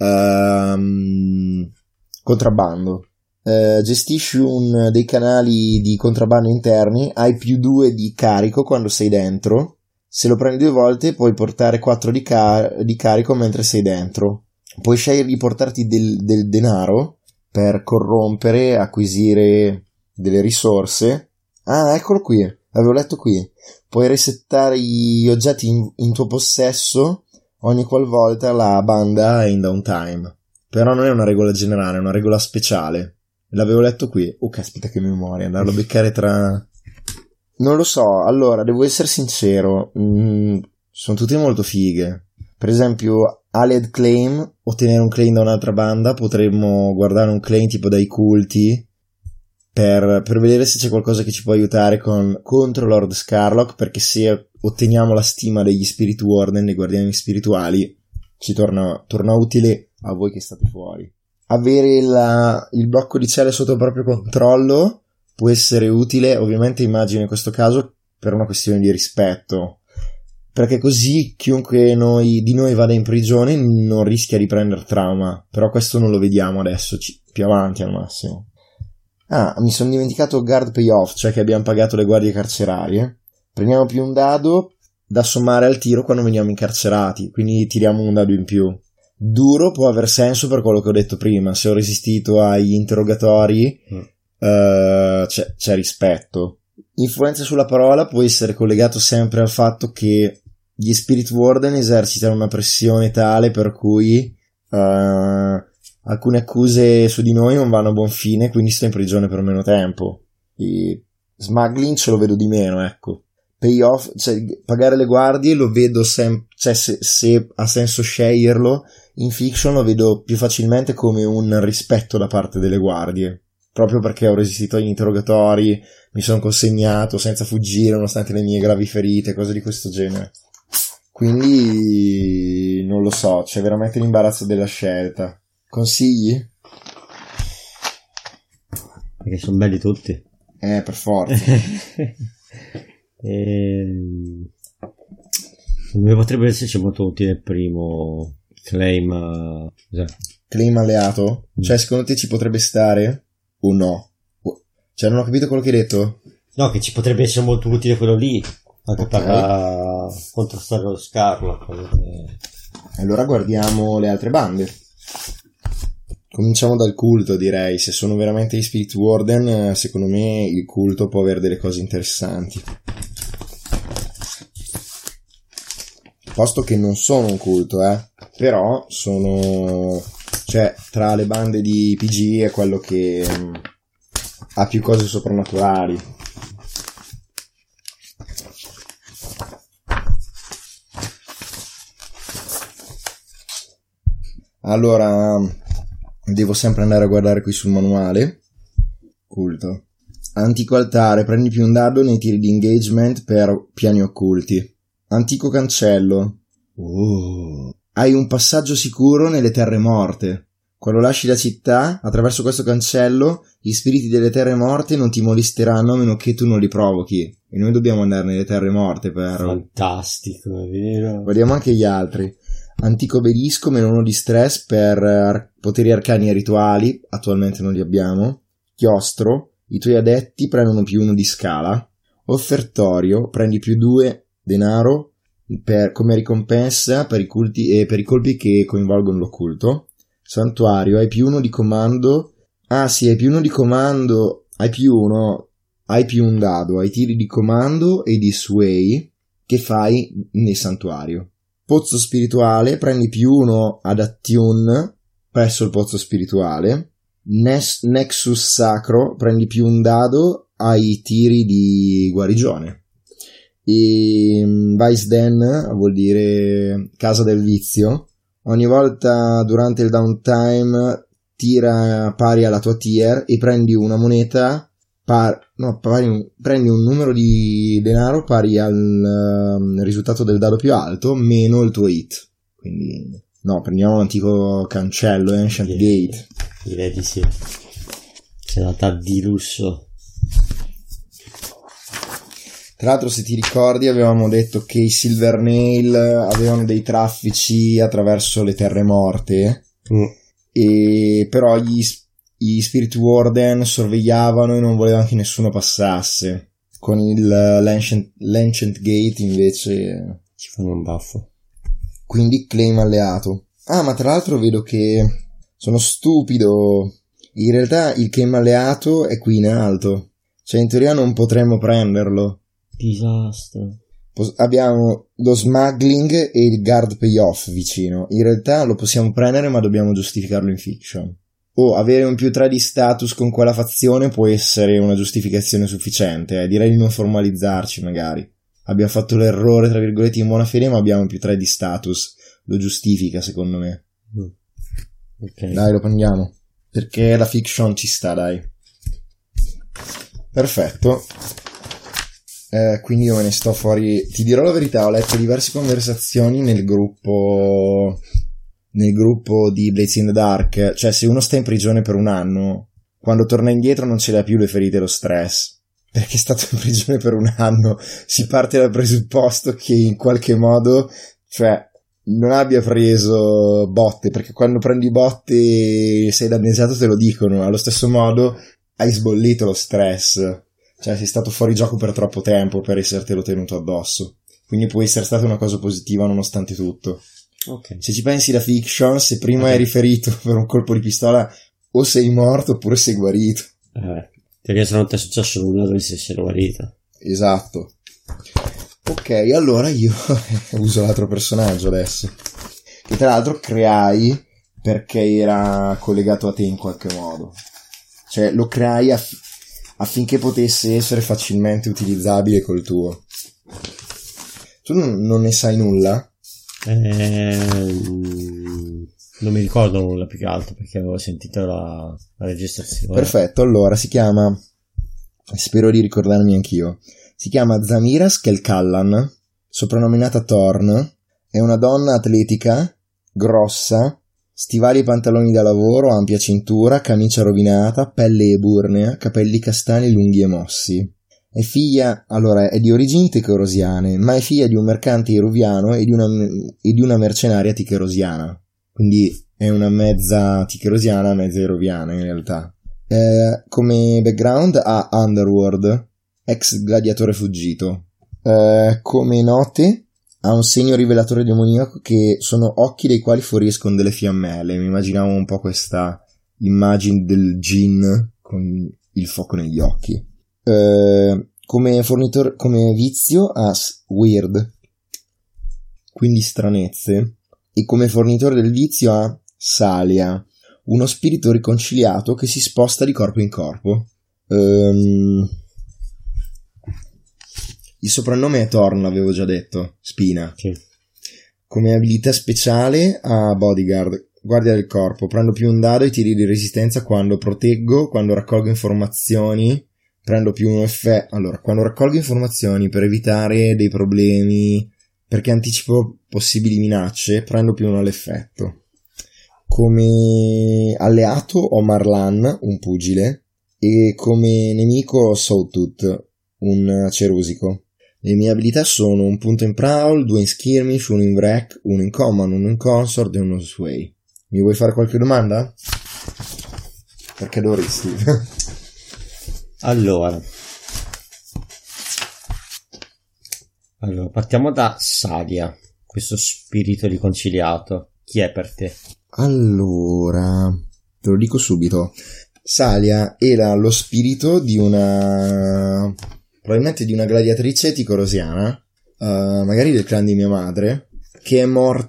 contrabbando. Gestisci dei canali di contrabbando interni, hai più 2 di carico quando sei dentro. Se lo prendi 2 volte puoi portare 4 di carico mentre sei dentro. Puoi scegliere di portarti del denaro per corrompere, acquisire delle risorse. Eccolo qui, avevo letto qui. Puoi resettare gli oggetti in tuo possesso ogni qualvolta la banda è in downtime. Però non è una regola generale, è una regola speciale. L'avevo letto qui. Caspita che memoria, andarlo a beccare tra... Non lo so, allora, devo essere sincero, sono tutte molto fighe. Per esempio, Allied Claim, ottenere un claim da un'altra banda, potremmo guardare un claim tipo dai culti per vedere se c'è qualcosa che ci può aiutare contro Lord Scarlock, perché se otteniamo la stima degli Spirit Warden, dei guardiani spirituali, ci torna utile a voi che state fuori. Avere il blocco di celle sotto il proprio controllo può essere utile, ovviamente immagino in questo caso per una questione di rispetto, perché così chiunque di noi vada in prigione non rischia di prendere trauma. Però questo non lo vediamo adesso, più avanti al massimo. Mi sono dimenticato guard payoff, cioè che abbiamo pagato le guardie carcerarie. Prendiamo più un dado da sommare al tiro quando veniamo incarcerati, quindi tiriamo un dado in più. Duro può aver senso per quello che ho detto prima. Se ho resistito agli interrogatori, c'è rispetto. Influenza sulla parola può essere collegato sempre al fatto che gli Spirit Warden esercitano una pressione tale per cui alcune accuse su di noi non vanno a buon fine, quindi sto in prigione per meno tempo. E smuggling ce lo vedo di meno, ecco. Payoff, cioè pagare le guardie lo vedo cioè se ha senso sceglierlo. In fiction lo vedo più facilmente come un rispetto da parte delle guardie, proprio perché ho resistito agli interrogatori, mi sono consegnato senza fuggire nonostante le mie gravi ferite, cose di questo genere. Quindi non lo so, c'è veramente l'imbarazzo della scelta. Consigli? Perché sono belli tutti. Per forza. Come potrebbe esserci molto utile il primo claim. Claim alleato? Cioè secondo te ci potrebbe stare o no? Cioè non ho capito quello che hai detto. No, che ci potrebbe essere molto utile quello lì, anche per contrastare lo Scarlock. Allora guardiamo le altre bande. Cominciamo dal culto, direi. Se sono veramente gli Spirit Warden, secondo me il culto può avere delle cose interessanti. posto che non sono un culto, però sono, cioè, tra le bande di PG è quello che ha più cose soprannaturali. Allora, devo sempre andare a guardare qui sul manuale. Culto. Antico altare, prendi più un dado nei tiri di engagement per piani occulti. Antico cancello. Hai un passaggio sicuro nelle terre morte. Quando lasci la città, attraverso questo cancello, gli spiriti delle terre morte non ti molesteranno a meno che tu non li provochi. E noi dobbiamo andare nelle terre morte per... Fantastico, è vero. Vediamo anche gli altri. Antico obelisco, meno 1 di stress per poteri arcani e rituali. Attualmente non li abbiamo. Chiostro, i tuoi addetti prendono più 1 di scala. Offertorio, prendi più 2 denaro come ricompensa per i culti e per i colpi che coinvolgono l'occulto. Santuario, hai più 1 di comando. Ah sì, hai più 1 di comando. Hai più 1 dado ai tiri di comando e di sway che fai nel santuario. Pozzo spirituale, prendi più 1 ad attune presso il pozzo spirituale. Nexus sacro, prendi più 1 dado ai tiri di guarigione. E Vice Den vuol dire casa del vizio. Ogni volta durante il downtime tira pari alla tua tier e prendi una moneta prendi un numero di denaro pari al risultato del dado più alto meno il tuo hit. Quindi prendiamo l'antico cancello, Ancient Gate. Direi di sì. C'è andata di lusso. Tra l'altro, se ti ricordi, avevamo detto che i Silvernail avevano dei traffici attraverso le terre morte, e però gli Spirit Warden sorvegliavano e non volevano che nessuno passasse. Con l'Ancient Gate invece ci fanno un baffo. Quindi claim alleato. Ah, ma tra l'altro vedo che sono stupido. In realtà il claim alleato è qui in alto. Cioè in teoria non potremmo prenderlo. Disastro. Abbiamo lo smuggling e il guard payoff vicino. In realtà lo possiamo prendere, ma dobbiamo giustificarlo in fiction. O avere un più 3 di status con quella fazione può essere una giustificazione sufficiente. Direi di non formalizzarci magari. Abbiamo fatto l'errore tra virgolette in buona fede, ma abbiamo un più 3 di status. Lo giustifica secondo me. Okay. Dai, lo prendiamo. Perché la fiction ci sta, dai. Perfetto. Quindi io me ne sto fuori. Ti dirò la verità, ho letto diverse conversazioni nel gruppo di Blades in the Dark. Cioè, se uno sta in prigione per un anno, quando torna indietro non ce le ha più le ferite e lo stress, perché è stato in prigione per un anno. Si parte dal presupposto che in qualche modo, cioè, non abbia preso botte, perché quando prendi botte e sei danneggiato te lo dicono. Allo stesso modo hai sbollito lo stress. Cioè sei stato fuori gioco per troppo tempo per essertelo tenuto addosso. Quindi può essere stata una cosa positiva nonostante tutto. Okay. Se ci pensi la fiction, se prima hai riferito per un colpo di pistola, o sei morto oppure sei guarito. Perché se non ti è successo nulla dovresti essere guarito. Esatto. Ok, allora io uso l'altro personaggio adesso. Che tra l'altro creai perché era collegato a te in qualche modo. Cioè lo creai affinché potesse essere facilmente utilizzabile col tuo. Tu non ne sai nulla? Non mi ricordo nulla più che altro perché avevo sentito la registrazione. Perfetto, allora si chiama, spero di ricordarmi anch'io, si chiama Zamira Skelkallan, soprannominata Thorn. È una donna atletica, grossa, stivali e pantaloni da lavoro, ampia cintura, camicia rovinata, pelle eburnea, capelli castani lunghi e mossi. È di origini ticherosiane, ma è figlia di un mercante iruviano e di una mercenaria ticherosiana. Quindi è una mezza ticherosiana, mezza iruviana in realtà. Come background ha Underworld, ex gladiatore fuggito. Come note ha un segno rivelatore demoniaco che sono occhi dai quali fuoriescono delle fiammelle. Mi immaginavo un po' questa immagine del gin con il fuoco negli occhi. Come vizio ha Weird, quindi stranezze, e come fornitore del vizio ha Salia, uno spirito riconciliato che si sposta di corpo in corpo. Il soprannome è Thorn, l'avevo già detto, Spina. Sì. Come abilità speciale ha Bodyguard, guardia del corpo, prendo più un dado e tiri di resistenza quando proteggo, quando raccolgo informazioni, prendo più un effetto. Allora, quando raccolgo informazioni per evitare dei problemi, perché anticipo possibili minacce, prendo più uno all'effetto. Come alleato ho Marlan, un pugile, e come nemico ho Sawtooth, un cerusico. Le mie abilità sono un punto in prowl, 2 in skirmish, 1 in wreck, 1 in command, 1 in consort e 1 sway. Mi vuoi fare qualche domanda? Perché dovresti? Allora, partiamo da Salia, questo spirito riconciliato. Chi è per te? Allora, te lo dico subito. Salia era lo spirito di probabilmente di una gladiatrice ticorosiana, magari del clan di mia madre, che è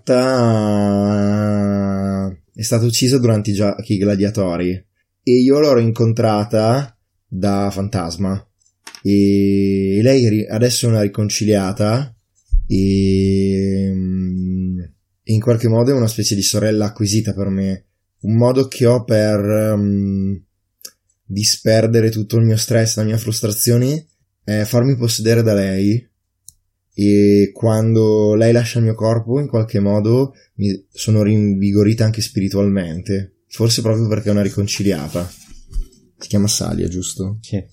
morta, è stata uccisa durante i giochi gladiatori, e io l'ho incontrata da fantasma, e lei adesso è una riconciliata e in qualche modo è una specie di sorella acquisita per me, un modo che ho per disperdere tutto il mio stress, la mia frustrazione, è farmi possedere da lei, e quando lei lascia il mio corpo in qualche modo mi sono rinvigorita anche spiritualmente, forse proprio perché è una riconciliata. Si chiama Salia, giusto? Sì.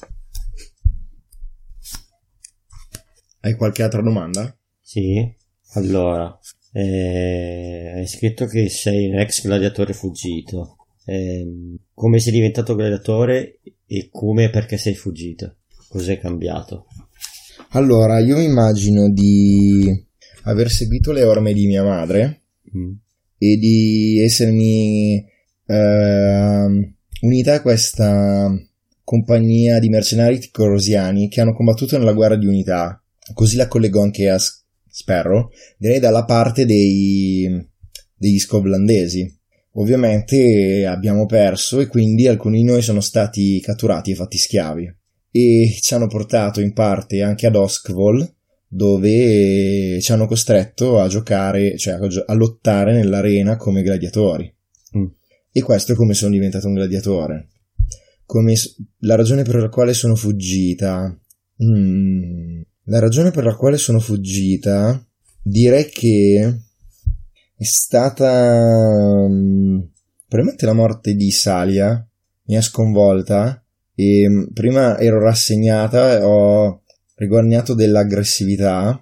Hai qualche altra domanda? Sì. Allora, hai scritto che sei un ex gladiatore fuggito. Come sei diventato gladiatore e come e perché sei fuggito? Cos'è cambiato? Allora, io mi immagino di aver seguito le orme di mia madre e di essermi unita a questa compagnia di mercenari ticorosiani che hanno combattuto nella guerra di unità. Così la collego anche a Sparrow, direi dalla parte degli scoblandesi. Ovviamente abbiamo perso e quindi alcuni di noi sono stati catturati e fatti schiavi, e ci hanno portato in parte anche ad Oskvol, dove ci hanno costretto a giocare, cioè a lottare nell'arena come gladiatori. E questo è come sono diventato un gladiatore. La ragione per la quale sono fuggita, la ragione per la quale sono fuggita direi che è stata probabilmente la morte di Salia. Mi ha sconvolta, e prima ero rassegnata, ho riguadagnato dell'aggressività,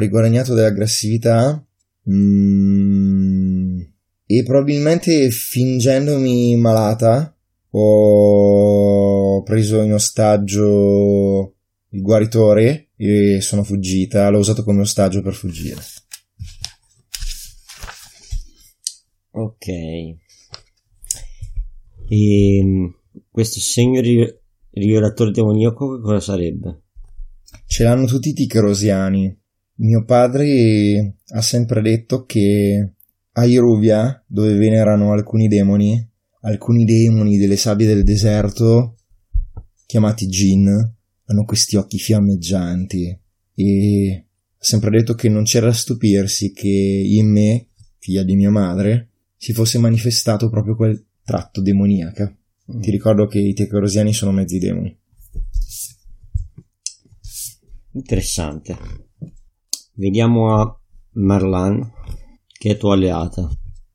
e probabilmente fingendomi malata ho preso in ostaggio il guaritore e sono fuggita, l'ho usato come ostaggio per fuggire. Ok. E questo segno rivelatore demoniaco cosa sarebbe? Ce l'hanno tutti i ticorosiani. Mio padre ha sempre detto che a Iruvia, dove venerano alcuni demoni delle sabbie del deserto, chiamati Jinn, hanno questi occhi fiammeggianti, e ha sempre detto che non c'era da stupirsi che in me, figlia di mia madre, si fosse manifestato proprio quel tratto demoniaco. Ti ricordo che i ticorosiani sono mezzi demoni. Interessante. Vediamo a Marlan, che è tua alleata.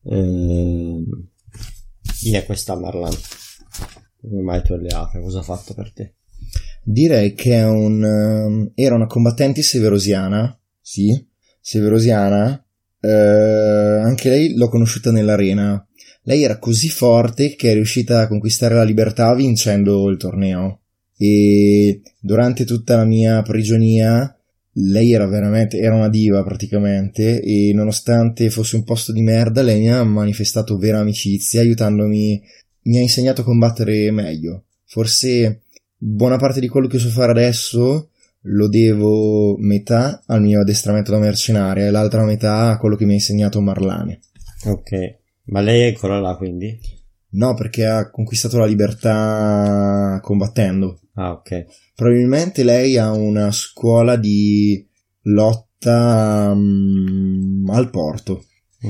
Chi è questa Marlan? Come mai tua alleata? Cosa ha fatto per te? Direi che era una combattente severosiana. Sì, severosiana. Anche lei l'ho conosciuta nell'arena. Lei era così forte che è riuscita a conquistare la libertà vincendo il torneo, e durante tutta la mia prigionia lei era una diva praticamente, e nonostante fosse un posto di merda lei mi ha manifestato vera amicizia, aiutandomi, mi ha insegnato a combattere meglio. Forse buona parte di quello che so fare adesso lo devo metà al mio addestramento da mercenaria e l'altra metà a quello che mi ha insegnato Marlane. Ok, ma lei è ancora là quindi? No, perché ha conquistato la libertà combattendo. Ah, ok. Probabilmente lei ha una scuola di lotta al porto.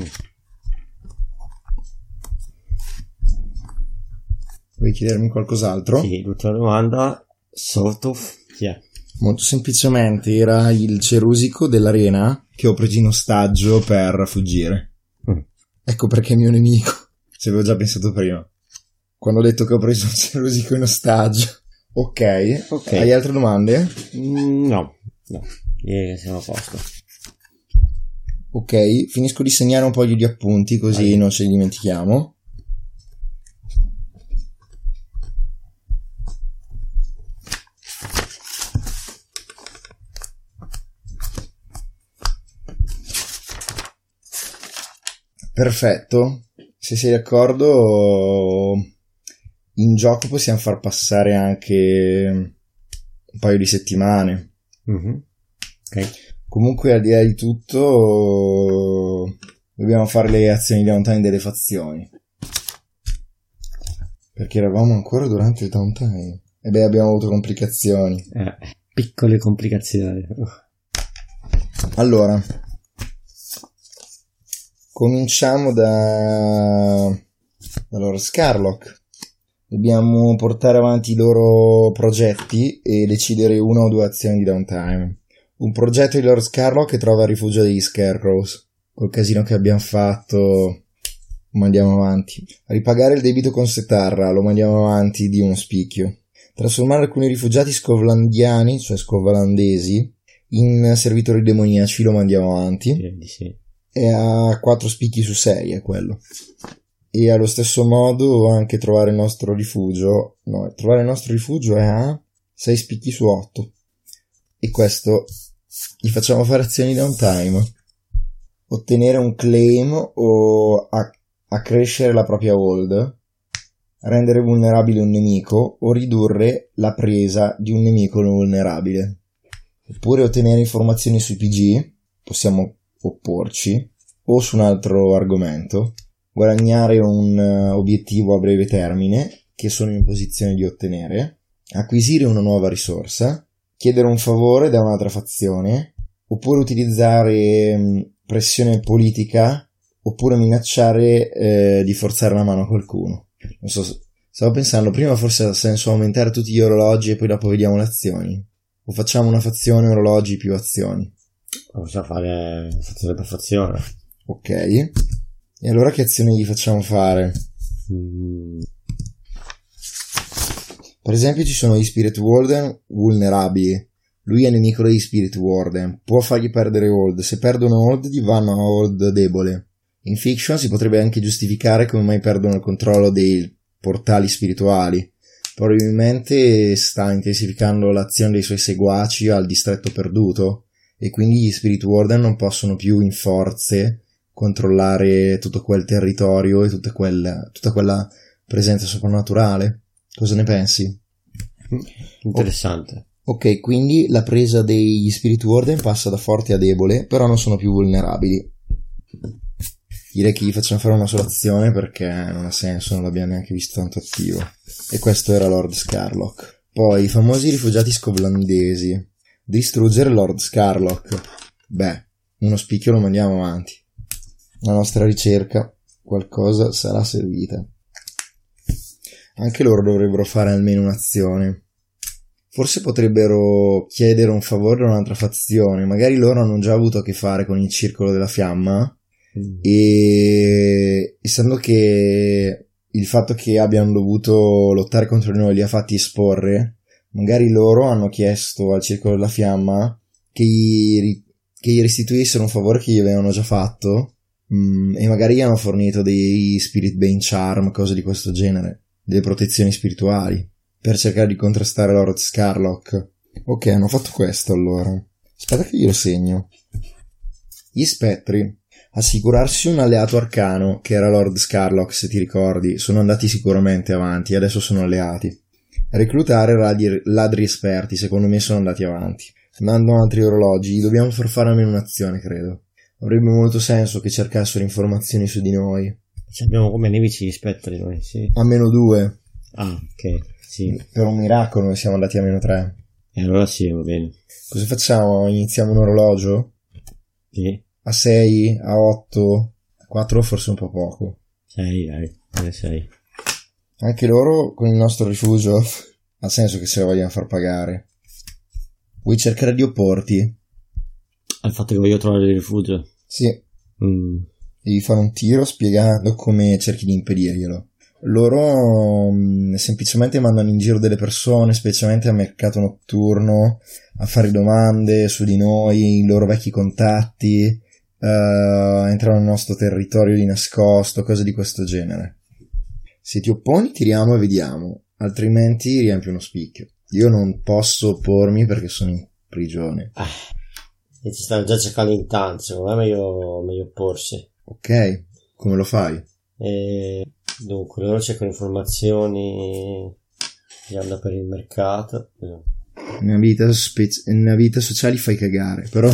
Vuoi chiedermi qualcos'altro? Sì, l'ultima domanda. Sotuf chi è? Molto semplicemente era il cerusico dell'arena che ho preso in ostaggio per fuggire. Ecco perché è mio nemico. Ci avevo già pensato prima. Quando ho detto che ho preso un cerusico in ostaggio. Ok. Hai altre domande? No. Siamo a posto. Ok, finisco di segnare un po' di appunti così non ce li dimentichiamo. Perfetto, se sei d'accordo in gioco possiamo far passare anche un paio di settimane. Ok. Comunque al di là di tutto dobbiamo fare le azioni di downtime delle fazioni, perché eravamo ancora durante il downtime e abbiamo avuto complicazioni. Piccole complicazioni. Allora cominciamo da Lord Scarlock. Dobbiamo portare avanti i loro progetti e decidere una o due azioni di downtime. Un progetto di Lord Scarlock che trova il rifugio degli Scarecrows. Col casino che abbiamo fatto mandiamo avanti. Ripagare il debito con Setarra, lo mandiamo avanti di uno spicchio. Trasformare alcuni rifugiati scovlandiani, cioè scovalandesi, in servitori demoniaci, lo mandiamo avanti. Sì. E a 4 spicchi su 6 è quello. E allo stesso modo anche trovare il nostro rifugio. No, trovare il nostro rifugio è a 6 spicchi su 8. E questo gli facciamo fare azioni downtime. Ottenere un claim o accrescere la propria hold. Rendere vulnerabile un nemico o ridurre la presa di un nemico non vulnerabile. Oppure ottenere informazioni sui PG. Possiamo opporci o su un altro argomento, guadagnare un obiettivo a breve termine che sono in posizione di ottenere, acquisire una nuova risorsa, chiedere un favore da un'altra fazione, oppure utilizzare pressione politica, oppure minacciare di forzare la mano a qualcuno. Non so, stavo pensando, prima forse ha senso aumentare tutti gli orologi e poi dopo vediamo le azioni, o facciamo una fazione orologi più azioni. Possiamo fare fazione per fazione. Ok. E allora che azioni gli facciamo fare? Per esempio ci sono gli Spirit Warden vulnerabili. Lui è nemico degli Spirit Warden. Può fargli perdere hold. Se perdono hold gli vanno a hold debole. In fiction si potrebbe anche giustificare come mai perdono il controllo dei portali spirituali. Probabilmente sta intensificando l'azione dei suoi seguaci al distretto perduto. E quindi gli Spirit Warden non possono più in forze controllare tutto quel territorio e tutta quella presenza soprannaturale. Cosa ne pensi? Interessante. Ok, quindi la presa degli Spirit Warden passa da forte a debole, però non sono più vulnerabili. Direi che gli facciamo fare una sola azione perché non ha senso, non l'abbiamo neanche visto tanto attivo. E questo era Lord Scarlock. Poi i famosi rifugiati scovlandesi. Distruggere Lord Scarlock. Beh, uno spicchio lo mandiamo avanti. La nostra ricerca qualcosa sarà servita. Anche loro dovrebbero fare almeno un'azione. Forse potrebbero chiedere un favore a un'altra fazione. Magari loro hanno già avuto a che fare con il Circolo della Fiamma. E essendo che il fatto che abbiano dovuto lottare contro di noi li ha fatti esporre, magari loro hanno chiesto al Circolo della Fiamma che gli restituissero un favore che gli avevano già fatto, e magari gli hanno fornito dei Spirit Bane Charm, cose di questo genere, delle protezioni spirituali per cercare di contrastare Lord Scarlock. Ok, hanno fatto questo allora. Aspetta che glielo segno. Gli spettri. Assicurarsi un alleato arcano, che era Lord Scarlock, se ti ricordi, sono andati sicuramente avanti, adesso sono alleati. Reclutare ladri esperti, secondo me sono andati avanti. mandano altri orologi, dobbiamo far fare almeno un'azione, credo. Avrebbe molto senso che cercassero informazioni su di noi. Abbiamo come nemici gli spettri noi, sì. A -2. Ah, ok, sì. Per un miracolo noi siamo andati a -3. E allora sì, va bene. Cosa facciamo? Iniziamo un orologio? Sì. A 6, a 8, a 4 forse un po' poco. 6, dai, 6. Anche loro con il nostro rifugio ha senso che se lo vogliano far pagare. Vuoi cercare di opporti? Al fatto che voglio trovare il rifugio? Sì. Devi fare un tiro spiegando come cerchi di impedirglielo. Loro semplicemente mandano in giro delle persone, specialmente al mercato notturno, a fare domande su di noi, i loro vecchi contatti, entrano nel nostro territorio di nascosto, cose di questo genere. Se ti opponi tiriamo e vediamo, altrimenti riempi uno spicchio. Io non posso oppormi perché sono in prigione. E ci stanno già cercando in tanto, secondo me è meglio opporsi. Ok, come lo fai? Dunque, loro cercano informazioni, andando per il mercato. Nella vita sociale fai cagare, però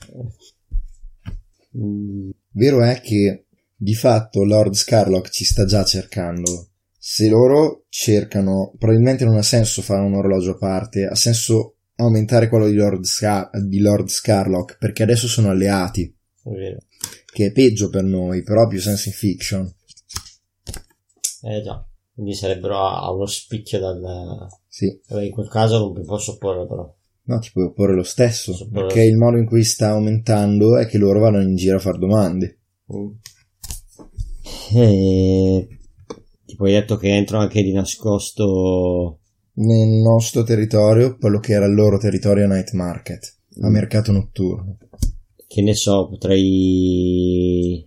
vero è che di fatto Lord Scarlock ci sta già cercando. Se loro cercano, probabilmente non ha senso fare un orologio a parte, ha senso aumentare quello di Lord Scarlock, perché adesso sono alleati. È vero. Che è peggio per noi, però ha più senso in fiction. Già, quindi sarebbero a uno spicchio dal... Sì. In quel caso non mi posso opporre però. No, ti puoi opporre lo stesso, perché il modo in cui sta aumentando è che loro vanno in giro a fare domande. Tipo hai detto che entrano anche di nascosto nel nostro territorio, quello che era il loro territorio a Night Market, a mercato notturno. Che ne so, potrei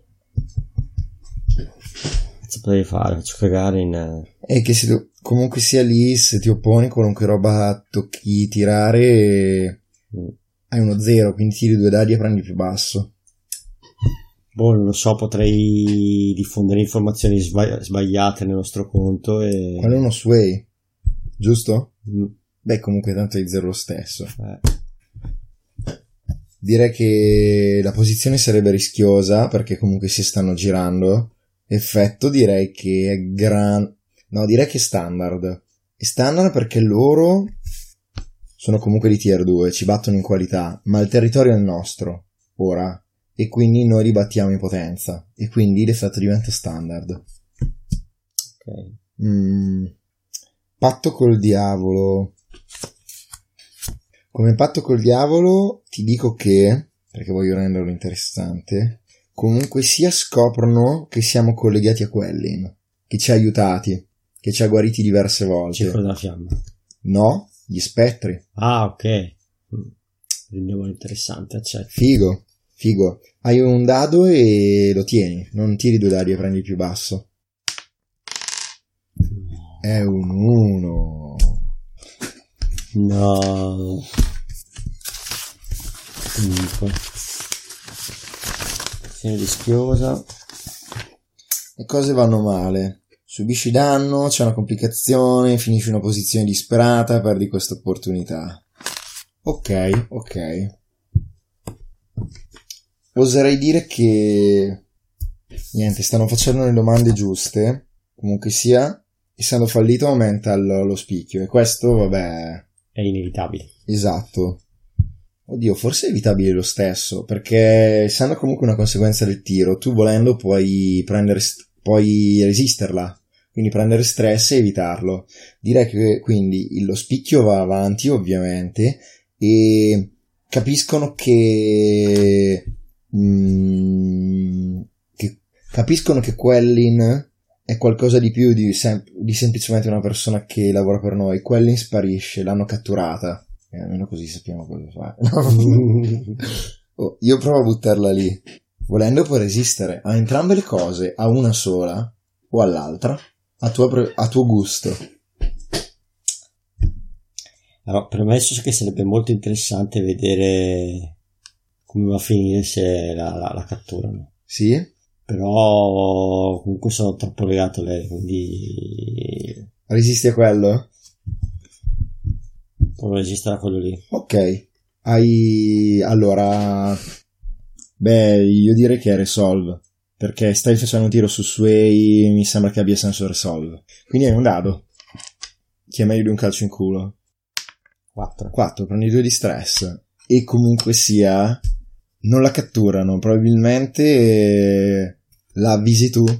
fare, faccio cagare in... E che comunque sia lì, se ti opponi, qualunque roba tocchi tirare, hai uno 0, quindi tiri 2 dadi e prendi più basso. Boh, non lo so, potrei diffondere informazioni sbagliate nel nostro conto e... Quello è uno sway, giusto? Beh, comunque tanto hai 0 lo stesso. Direi che la posizione sarebbe rischiosa, perché comunque si stanno girando. Effetto direi che è no, direi che è standard. È standard perché loro sono comunque di tier 2, ci battono in qualità, ma il territorio è il nostro, ora, e quindi noi li battiamo in potenza, e quindi l'effetto diventa standard. Ok. Patto col diavolo. Come patto col diavolo ti dico che, perché voglio renderlo interessante, comunque sia scoprono che siamo collegati a Quellin, che ci ha aiutati, che ci ha guariti diverse volte. Circolo della fiamma. No, gli spettri. Ah, ok. Rendiamo interessante, accetto. Figo. Hai un dado e lo tieni, non tiri 2 dadi e prendi il più basso. È un 1. No. Comunque. Azione rischiosa. Le cose vanno male. Subisci danno, c'è una complicazione, finisci in una posizione disperata, perdi questa opportunità. Ok. Oserei dire che niente, stanno facendo le domande giuste, comunque sia, essendo fallito aumenta lo spicchio, e questo, vabbè, è inevitabile. Esatto. Oddio, forse è evitabile lo stesso, perché essendo comunque una conseguenza del tiro, tu volendo puoi resisterla, quindi prendere stress e evitarlo. Direi che quindi lo spicchio va avanti, ovviamente, e capiscono che Quellin è qualcosa di più di semplicemente una persona che lavora per noi. Quellin sparisce, l'hanno catturata. Almeno così sappiamo cosa fare. Io provo a buttarla lì. Volendo puoi resistere a entrambe le cose, a una sola o all'altra, a tuo gusto. Allora, premesso che sarebbe molto interessante vedere come va a finire se la catturano. Sì? Però comunque sono troppo legato a lei, quindi... Resisti a quello? Provo a resistere a quello lì. Ok. Allora, io direi che è Resolve, perché stai facendo un tiro su Sway, mi sembra che abbia senso Resolve. Quindi è un dado, che è meglio di un calcio in culo. 4, prendi 2 di stress. E comunque sia, non la catturano, probabilmente la avvisi tu.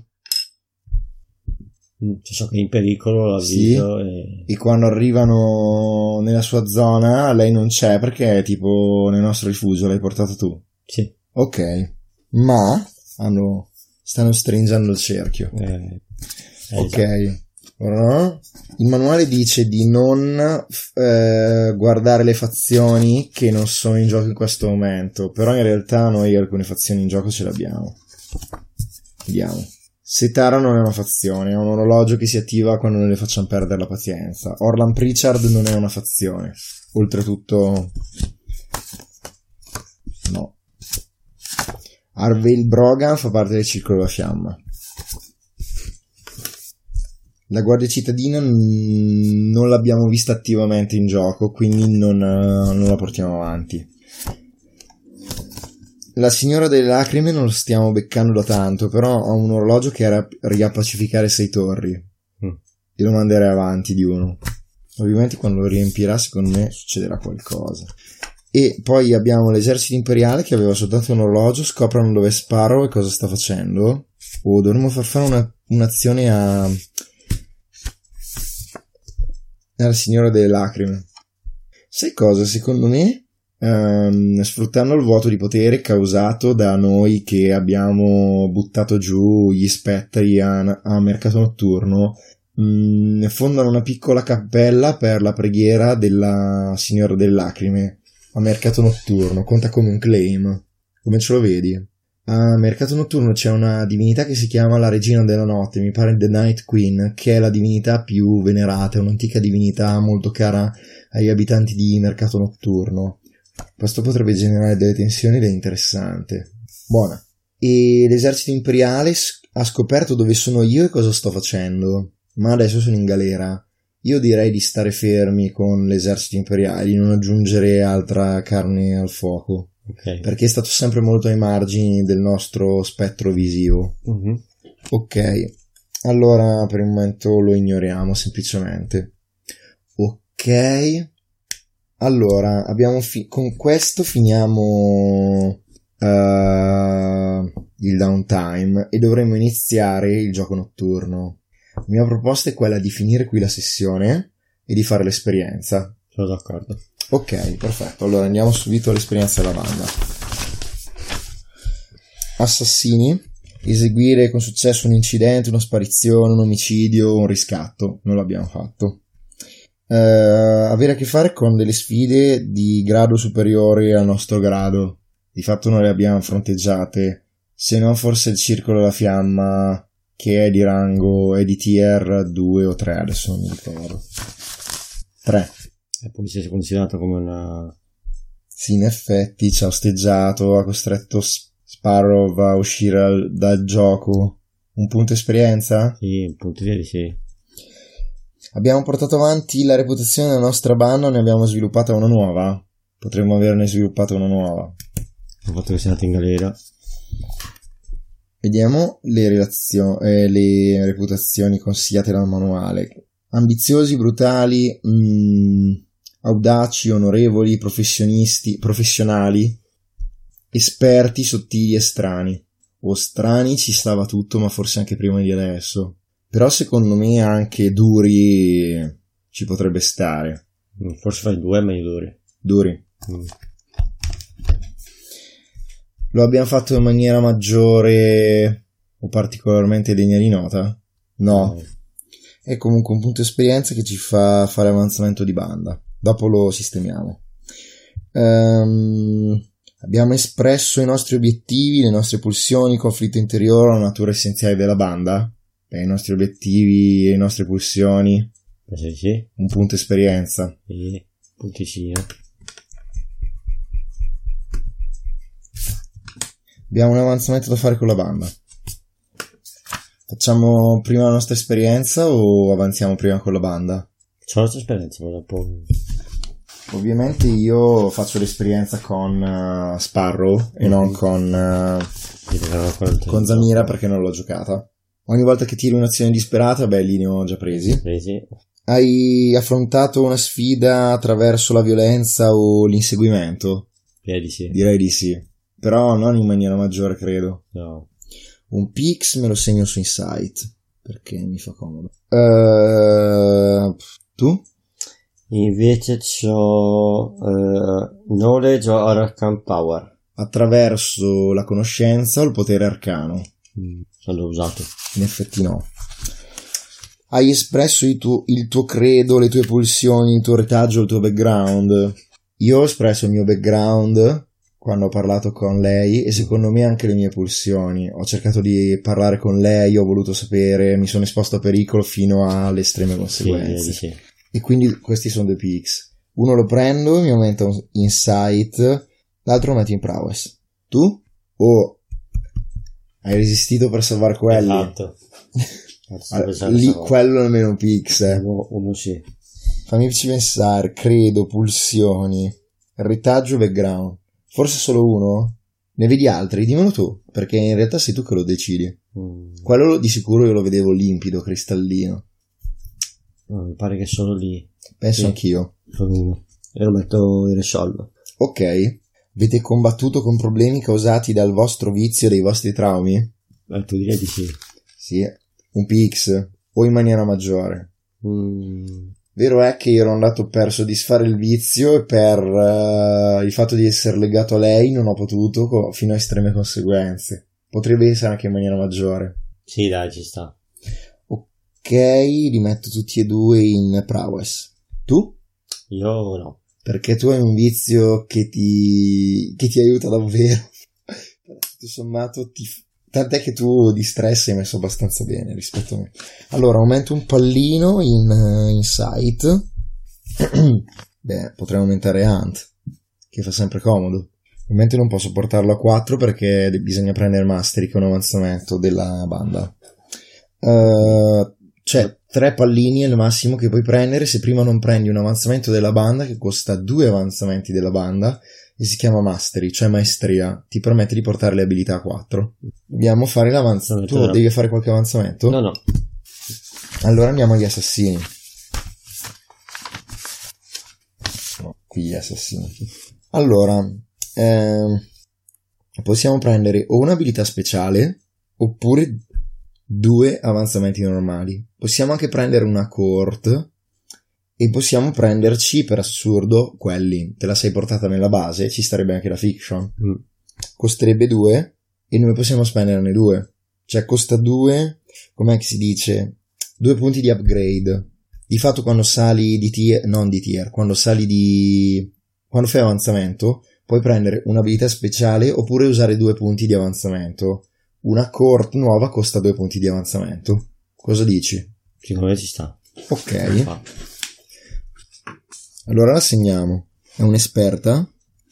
Cioè, so che è in pericolo, l'avviso. Sì. E quando arrivano nella sua zona, lei non c'è perché è tipo nel nostro rifugio, l'hai portato tu. Sì. Ok, ma stanno stringendo il cerchio. Ok. Esatto. Il manuale dice di non guardare le fazioni che non sono in gioco in questo momento, però in realtà noi alcune fazioni in gioco ce le abbiamo. Vediamo. Setara non è una fazione, è un orologio che si attiva quando noi le facciamo perdere la pazienza. Orlan Pritchard non è una fazione, oltretutto no. Arvale Brogan fa parte del Circolo della Fiamma. La Guardia Cittadina non l'abbiamo vista attivamente in gioco, quindi non la portiamo avanti. La Signora delle Lacrime non lo stiamo beccando da tanto, però ha un orologio che era riappacificare 6 torri e lo manderei avanti di uno. Ovviamente quando lo riempirà, secondo me succederà qualcosa. E poi abbiamo l'esercito imperiale che aveva soltanto un orologio, scoprono dove Sparrow e cosa sta facendo. Dovremmo far fare un'azione alla Signora delle Lacrime. Sai cosa? Secondo me, sfruttando il vuoto di potere causato da noi che abbiamo buttato giù gli spettri a mercato notturno, fondano una piccola cappella per la preghiera della Signora delle Lacrime a mercato notturno. Conta come un claim. Come ce lo vedi? A mercato notturno c'è una divinità che si chiama la Regina della Notte, mi pare The Night Queen, che è la divinità più venerata, è un'antica divinità molto cara agli abitanti di mercato notturno. Questo potrebbe generare delle tensioni ed è interessante. Buona. E l'esercito imperiale ha scoperto dove sono io e cosa sto facendo, ma adesso sono in galera. Io direi di stare fermi con l'esercito imperiale, di non aggiungere altra carne al fuoco. Okay. Perché è stato sempre molto ai margini del nostro spettro visivo. Ok, allora per il momento lo ignoriamo semplicemente. Ok, allora abbiamo con questo finiamo il downtime e dovremo iniziare il gioco notturno. La mia proposta è quella di finire qui la sessione e di fare l'esperienza. Sono d'accordo. Ok, perfetto. Allora andiamo subito all'esperienza della banda. Assassini. Eseguire con successo un incidente, una sparizione, un omicidio, un riscatto. Non l'abbiamo fatto. Avere a che fare con delle sfide di grado superiore al nostro grado. Di fatto non le abbiamo fronteggiate. Se non forse il Circolo della Fiamma, che è di rango, è di tier 2 o 3, adesso non mi ricordo. 3. E poi si è considerato come una... Sì, in effetti ci ha osteggiato, ha costretto Sparrow a uscire dal gioco. Un punto esperienza? Sì, un punto di sì. Abbiamo portato avanti la reputazione della nostra banda o ne abbiamo sviluppata una nuova? Potremmo averne sviluppata una nuova. Il fatto che sia andato in galera. Vediamo le reputazioni consigliate dal manuale. Ambiziosi, brutali, audaci, onorevoli, professionali, esperti, sottili e strani. O strani ci stava tutto, ma forse anche prima di adesso. Però secondo me anche duri ci potrebbe stare. Forse fai 2 meglio duri. Duri. Lo abbiamo fatto in maniera maggiore o particolarmente degna di nota? No. È comunque un punto esperienza che ci fa fare avanzamento di banda. Dopo lo sistemiamo. Abbiamo espresso i nostri obiettivi, le nostre pulsioni, il conflitto interiore, la natura essenziale della banda. I nostri obiettivi e le nostre pulsioni. Sì. Un punto esperienza. Sì, punticino. Abbiamo un avanzamento da fare con la banda. Facciamo prima la nostra esperienza o avanziamo prima con la banda? C'ho la nostra esperienza, ma dopo... Ovviamente io faccio l'esperienza con Sparrow e non con Zamira, perché non l'ho giocata. Ogni volta che tiri un'azione disperata, lì ne ho già presi. Hai affrontato una sfida attraverso la violenza o l'inseguimento? Direi di sì. Però non in maniera maggiore, credo. No. Un Pix me lo segno su Insight, perché mi fa comodo. Tu? Invece c'ho Knowledge or Arcane Power. Attraverso la conoscenza o il potere arcano? Non l'ho usato. In effetti no. Hai espresso il tuo credo, le tue pulsioni, il tuo retaggio, il tuo background? Io ho espresso il mio background quando ho parlato con lei e secondo me anche le mie pulsioni. Ho cercato di parlare con lei, ho voluto sapere, mi sono esposto a pericolo fino alle estreme conseguenze. Sì. E quindi questi sono due picks. Uno lo prendo, mi aumenta un insight, l'altro lo metto in prowess. Tu? Hai resistito per salvare quelli? Esatto. Lì quello almeno un pix. Uno sì. Fammici pensare, credo, pulsioni, retaggio, background. Forse solo uno? Ne vedi altri? Dimmelo tu, perché in realtà sei tu che lo decidi. Quello di sicuro io lo vedevo limpido, cristallino. No, mi pare che sono lì. Penso anch'io. Sono uno. E lo metto in risolvo. Ok. Avete combattuto con problemi causati dal vostro vizio e dai vostri traumi? Tu direi di sì. Sì. Un PX o in maniera maggiore. Vero è che io ero andato per soddisfare il vizio e per il fatto di essere legato a lei non ho potuto fino a estreme conseguenze. Potrebbe essere anche in maniera maggiore. Sì, dai, ci sta. Ok, li metto tutti e due in prowess. Tu? Io no. Perché tu hai un vizio che ti aiuta davvero. Tutto sommato tant'è che tu di stress hai messo abbastanza bene rispetto a me. Allora, aumento un pallino in Insight. Potrei aumentare Hunt, che fa sempre comodo. Ovviamente non posso portarlo a 4 perché bisogna prendere Mastery, che è un avanzamento della banda. Cioè 3 pallini è il massimo che puoi prendere se prima non prendi un avanzamento della banda che costa 2 avanzamenti della banda e si chiama Mastery, cioè maestria, ti permette di portare le abilità a 4. Dobbiamo fare l'avanzamento. Tu devi fare qualche avanzamento? No. Allora andiamo agli assassini. No, qui gli assassini. Allora, possiamo prendere o un'abilità speciale oppure 2 avanzamenti normali. Possiamo anche prendere una cohort e possiamo prenderci, per assurdo, quelli. Te la sei portata nella base, ci starebbe anche la fiction. Costerebbe 2 e noi possiamo spenderne 2. Cioè costa 2, com'è che si dice? 2 punti di upgrade. Di fatto quando sali di tier, non di tier, quando fai avanzamento, puoi prendere un'abilità speciale oppure usare 2 punti di avanzamento. Una cohort nuova costa 2 punti di avanzamento. Cosa dici? Secondo me ci sta. Ok. Allora la segniamo. È un'esperta.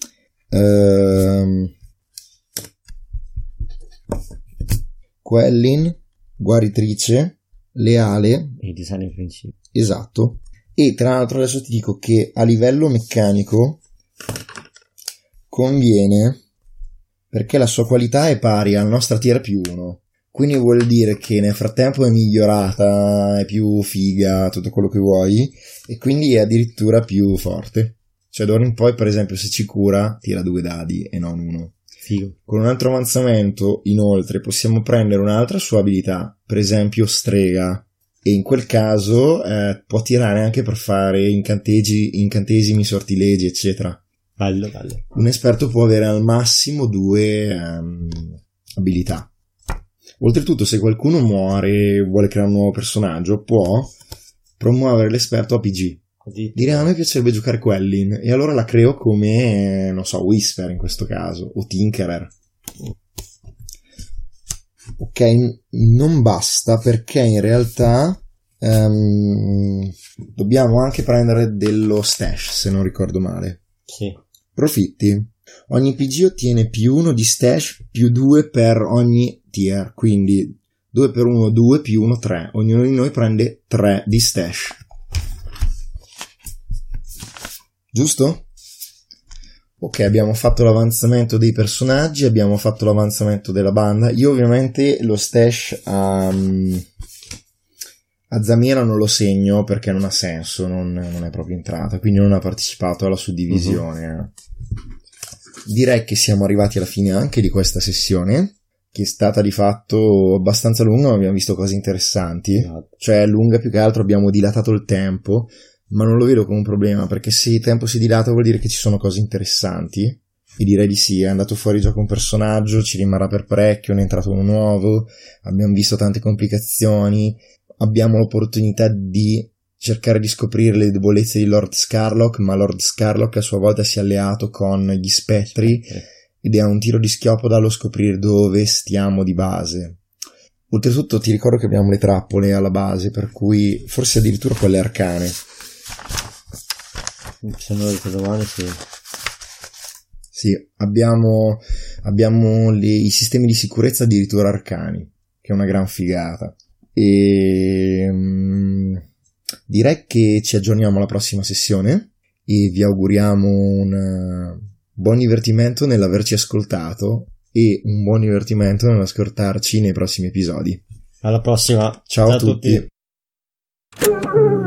Quellin, guaritrice, leale. E design in principio. Esatto. E tra l'altro adesso ti dico che a livello meccanico conviene perché la sua qualità è pari alla nostra tier più 1. Quindi vuol dire che nel frattempo è migliorata, è più figa, tutto quello che vuoi, e quindi è addirittura più forte. Cioè d'ora in poi, per esempio, se ci cura, tira 2 dadi e non 1. Figo. Con un altro avanzamento, inoltre, possiamo prendere un'altra sua abilità, per esempio strega, e in quel caso può tirare anche per fare incantesimi, sortilegi, eccetera. Bello. Un esperto può avere al massimo 2 abilità. Oltretutto, se qualcuno muore e vuole creare un nuovo personaggio, può promuovere l'esperto a PG. Dire a me piacerebbe giocare Quellin, e allora la creo come, non so, Whisper in questo caso, o Tinkerer. Ok, non basta, perché in realtà dobbiamo anche prendere dello stash, se non ricordo male. Sì. Profitti. Ogni PG ottiene più 1 di stash più 2 per ogni tier, quindi 2 per 1 2 più 1 3. Ognuno di noi prende 3 di stash. giusto? Ok, abbiamo fatto l'avanzamento dei personaggi, abbiamo fatto l'avanzamento della banda. Io ovviamente lo stash a Zamira non lo segno perché non ha senso, non è proprio entrata, quindi non ha partecipato alla suddivisione. Direi che siamo arrivati alla fine anche di questa sessione, che è stata di fatto abbastanza lunga, ma abbiamo visto cose interessanti. Cioè lunga più che altro, abbiamo dilatato il tempo, ma non lo vedo come un problema, perché se il tempo si dilata vuol dire che ci sono cose interessanti, e direi di sì. È andato fuori gioco un personaggio, ci rimarrà per parecchio, ne è entrato uno nuovo, abbiamo visto tante complicazioni, abbiamo l'opportunità di cercare di scoprire le debolezze di Lord Scarlock, ma Lord Scarlock a sua volta si è alleato con gli spettri, ed è un tiro di schioppo dallo scoprire dove stiamo di base. Oltretutto ti ricordo che abbiamo le trappole alla base, per cui forse addirittura quelle arcane. Se non lo ricordo male, sì. Sì, abbiamo i sistemi di sicurezza addirittura arcani, che è una gran figata. E direi che ci aggiorniamo alla prossima sessione e vi auguriamo un buon divertimento nell'averci ascoltato e un buon divertimento nell'ascoltarci nei prossimi episodi. Alla prossima. Ciao a tutti.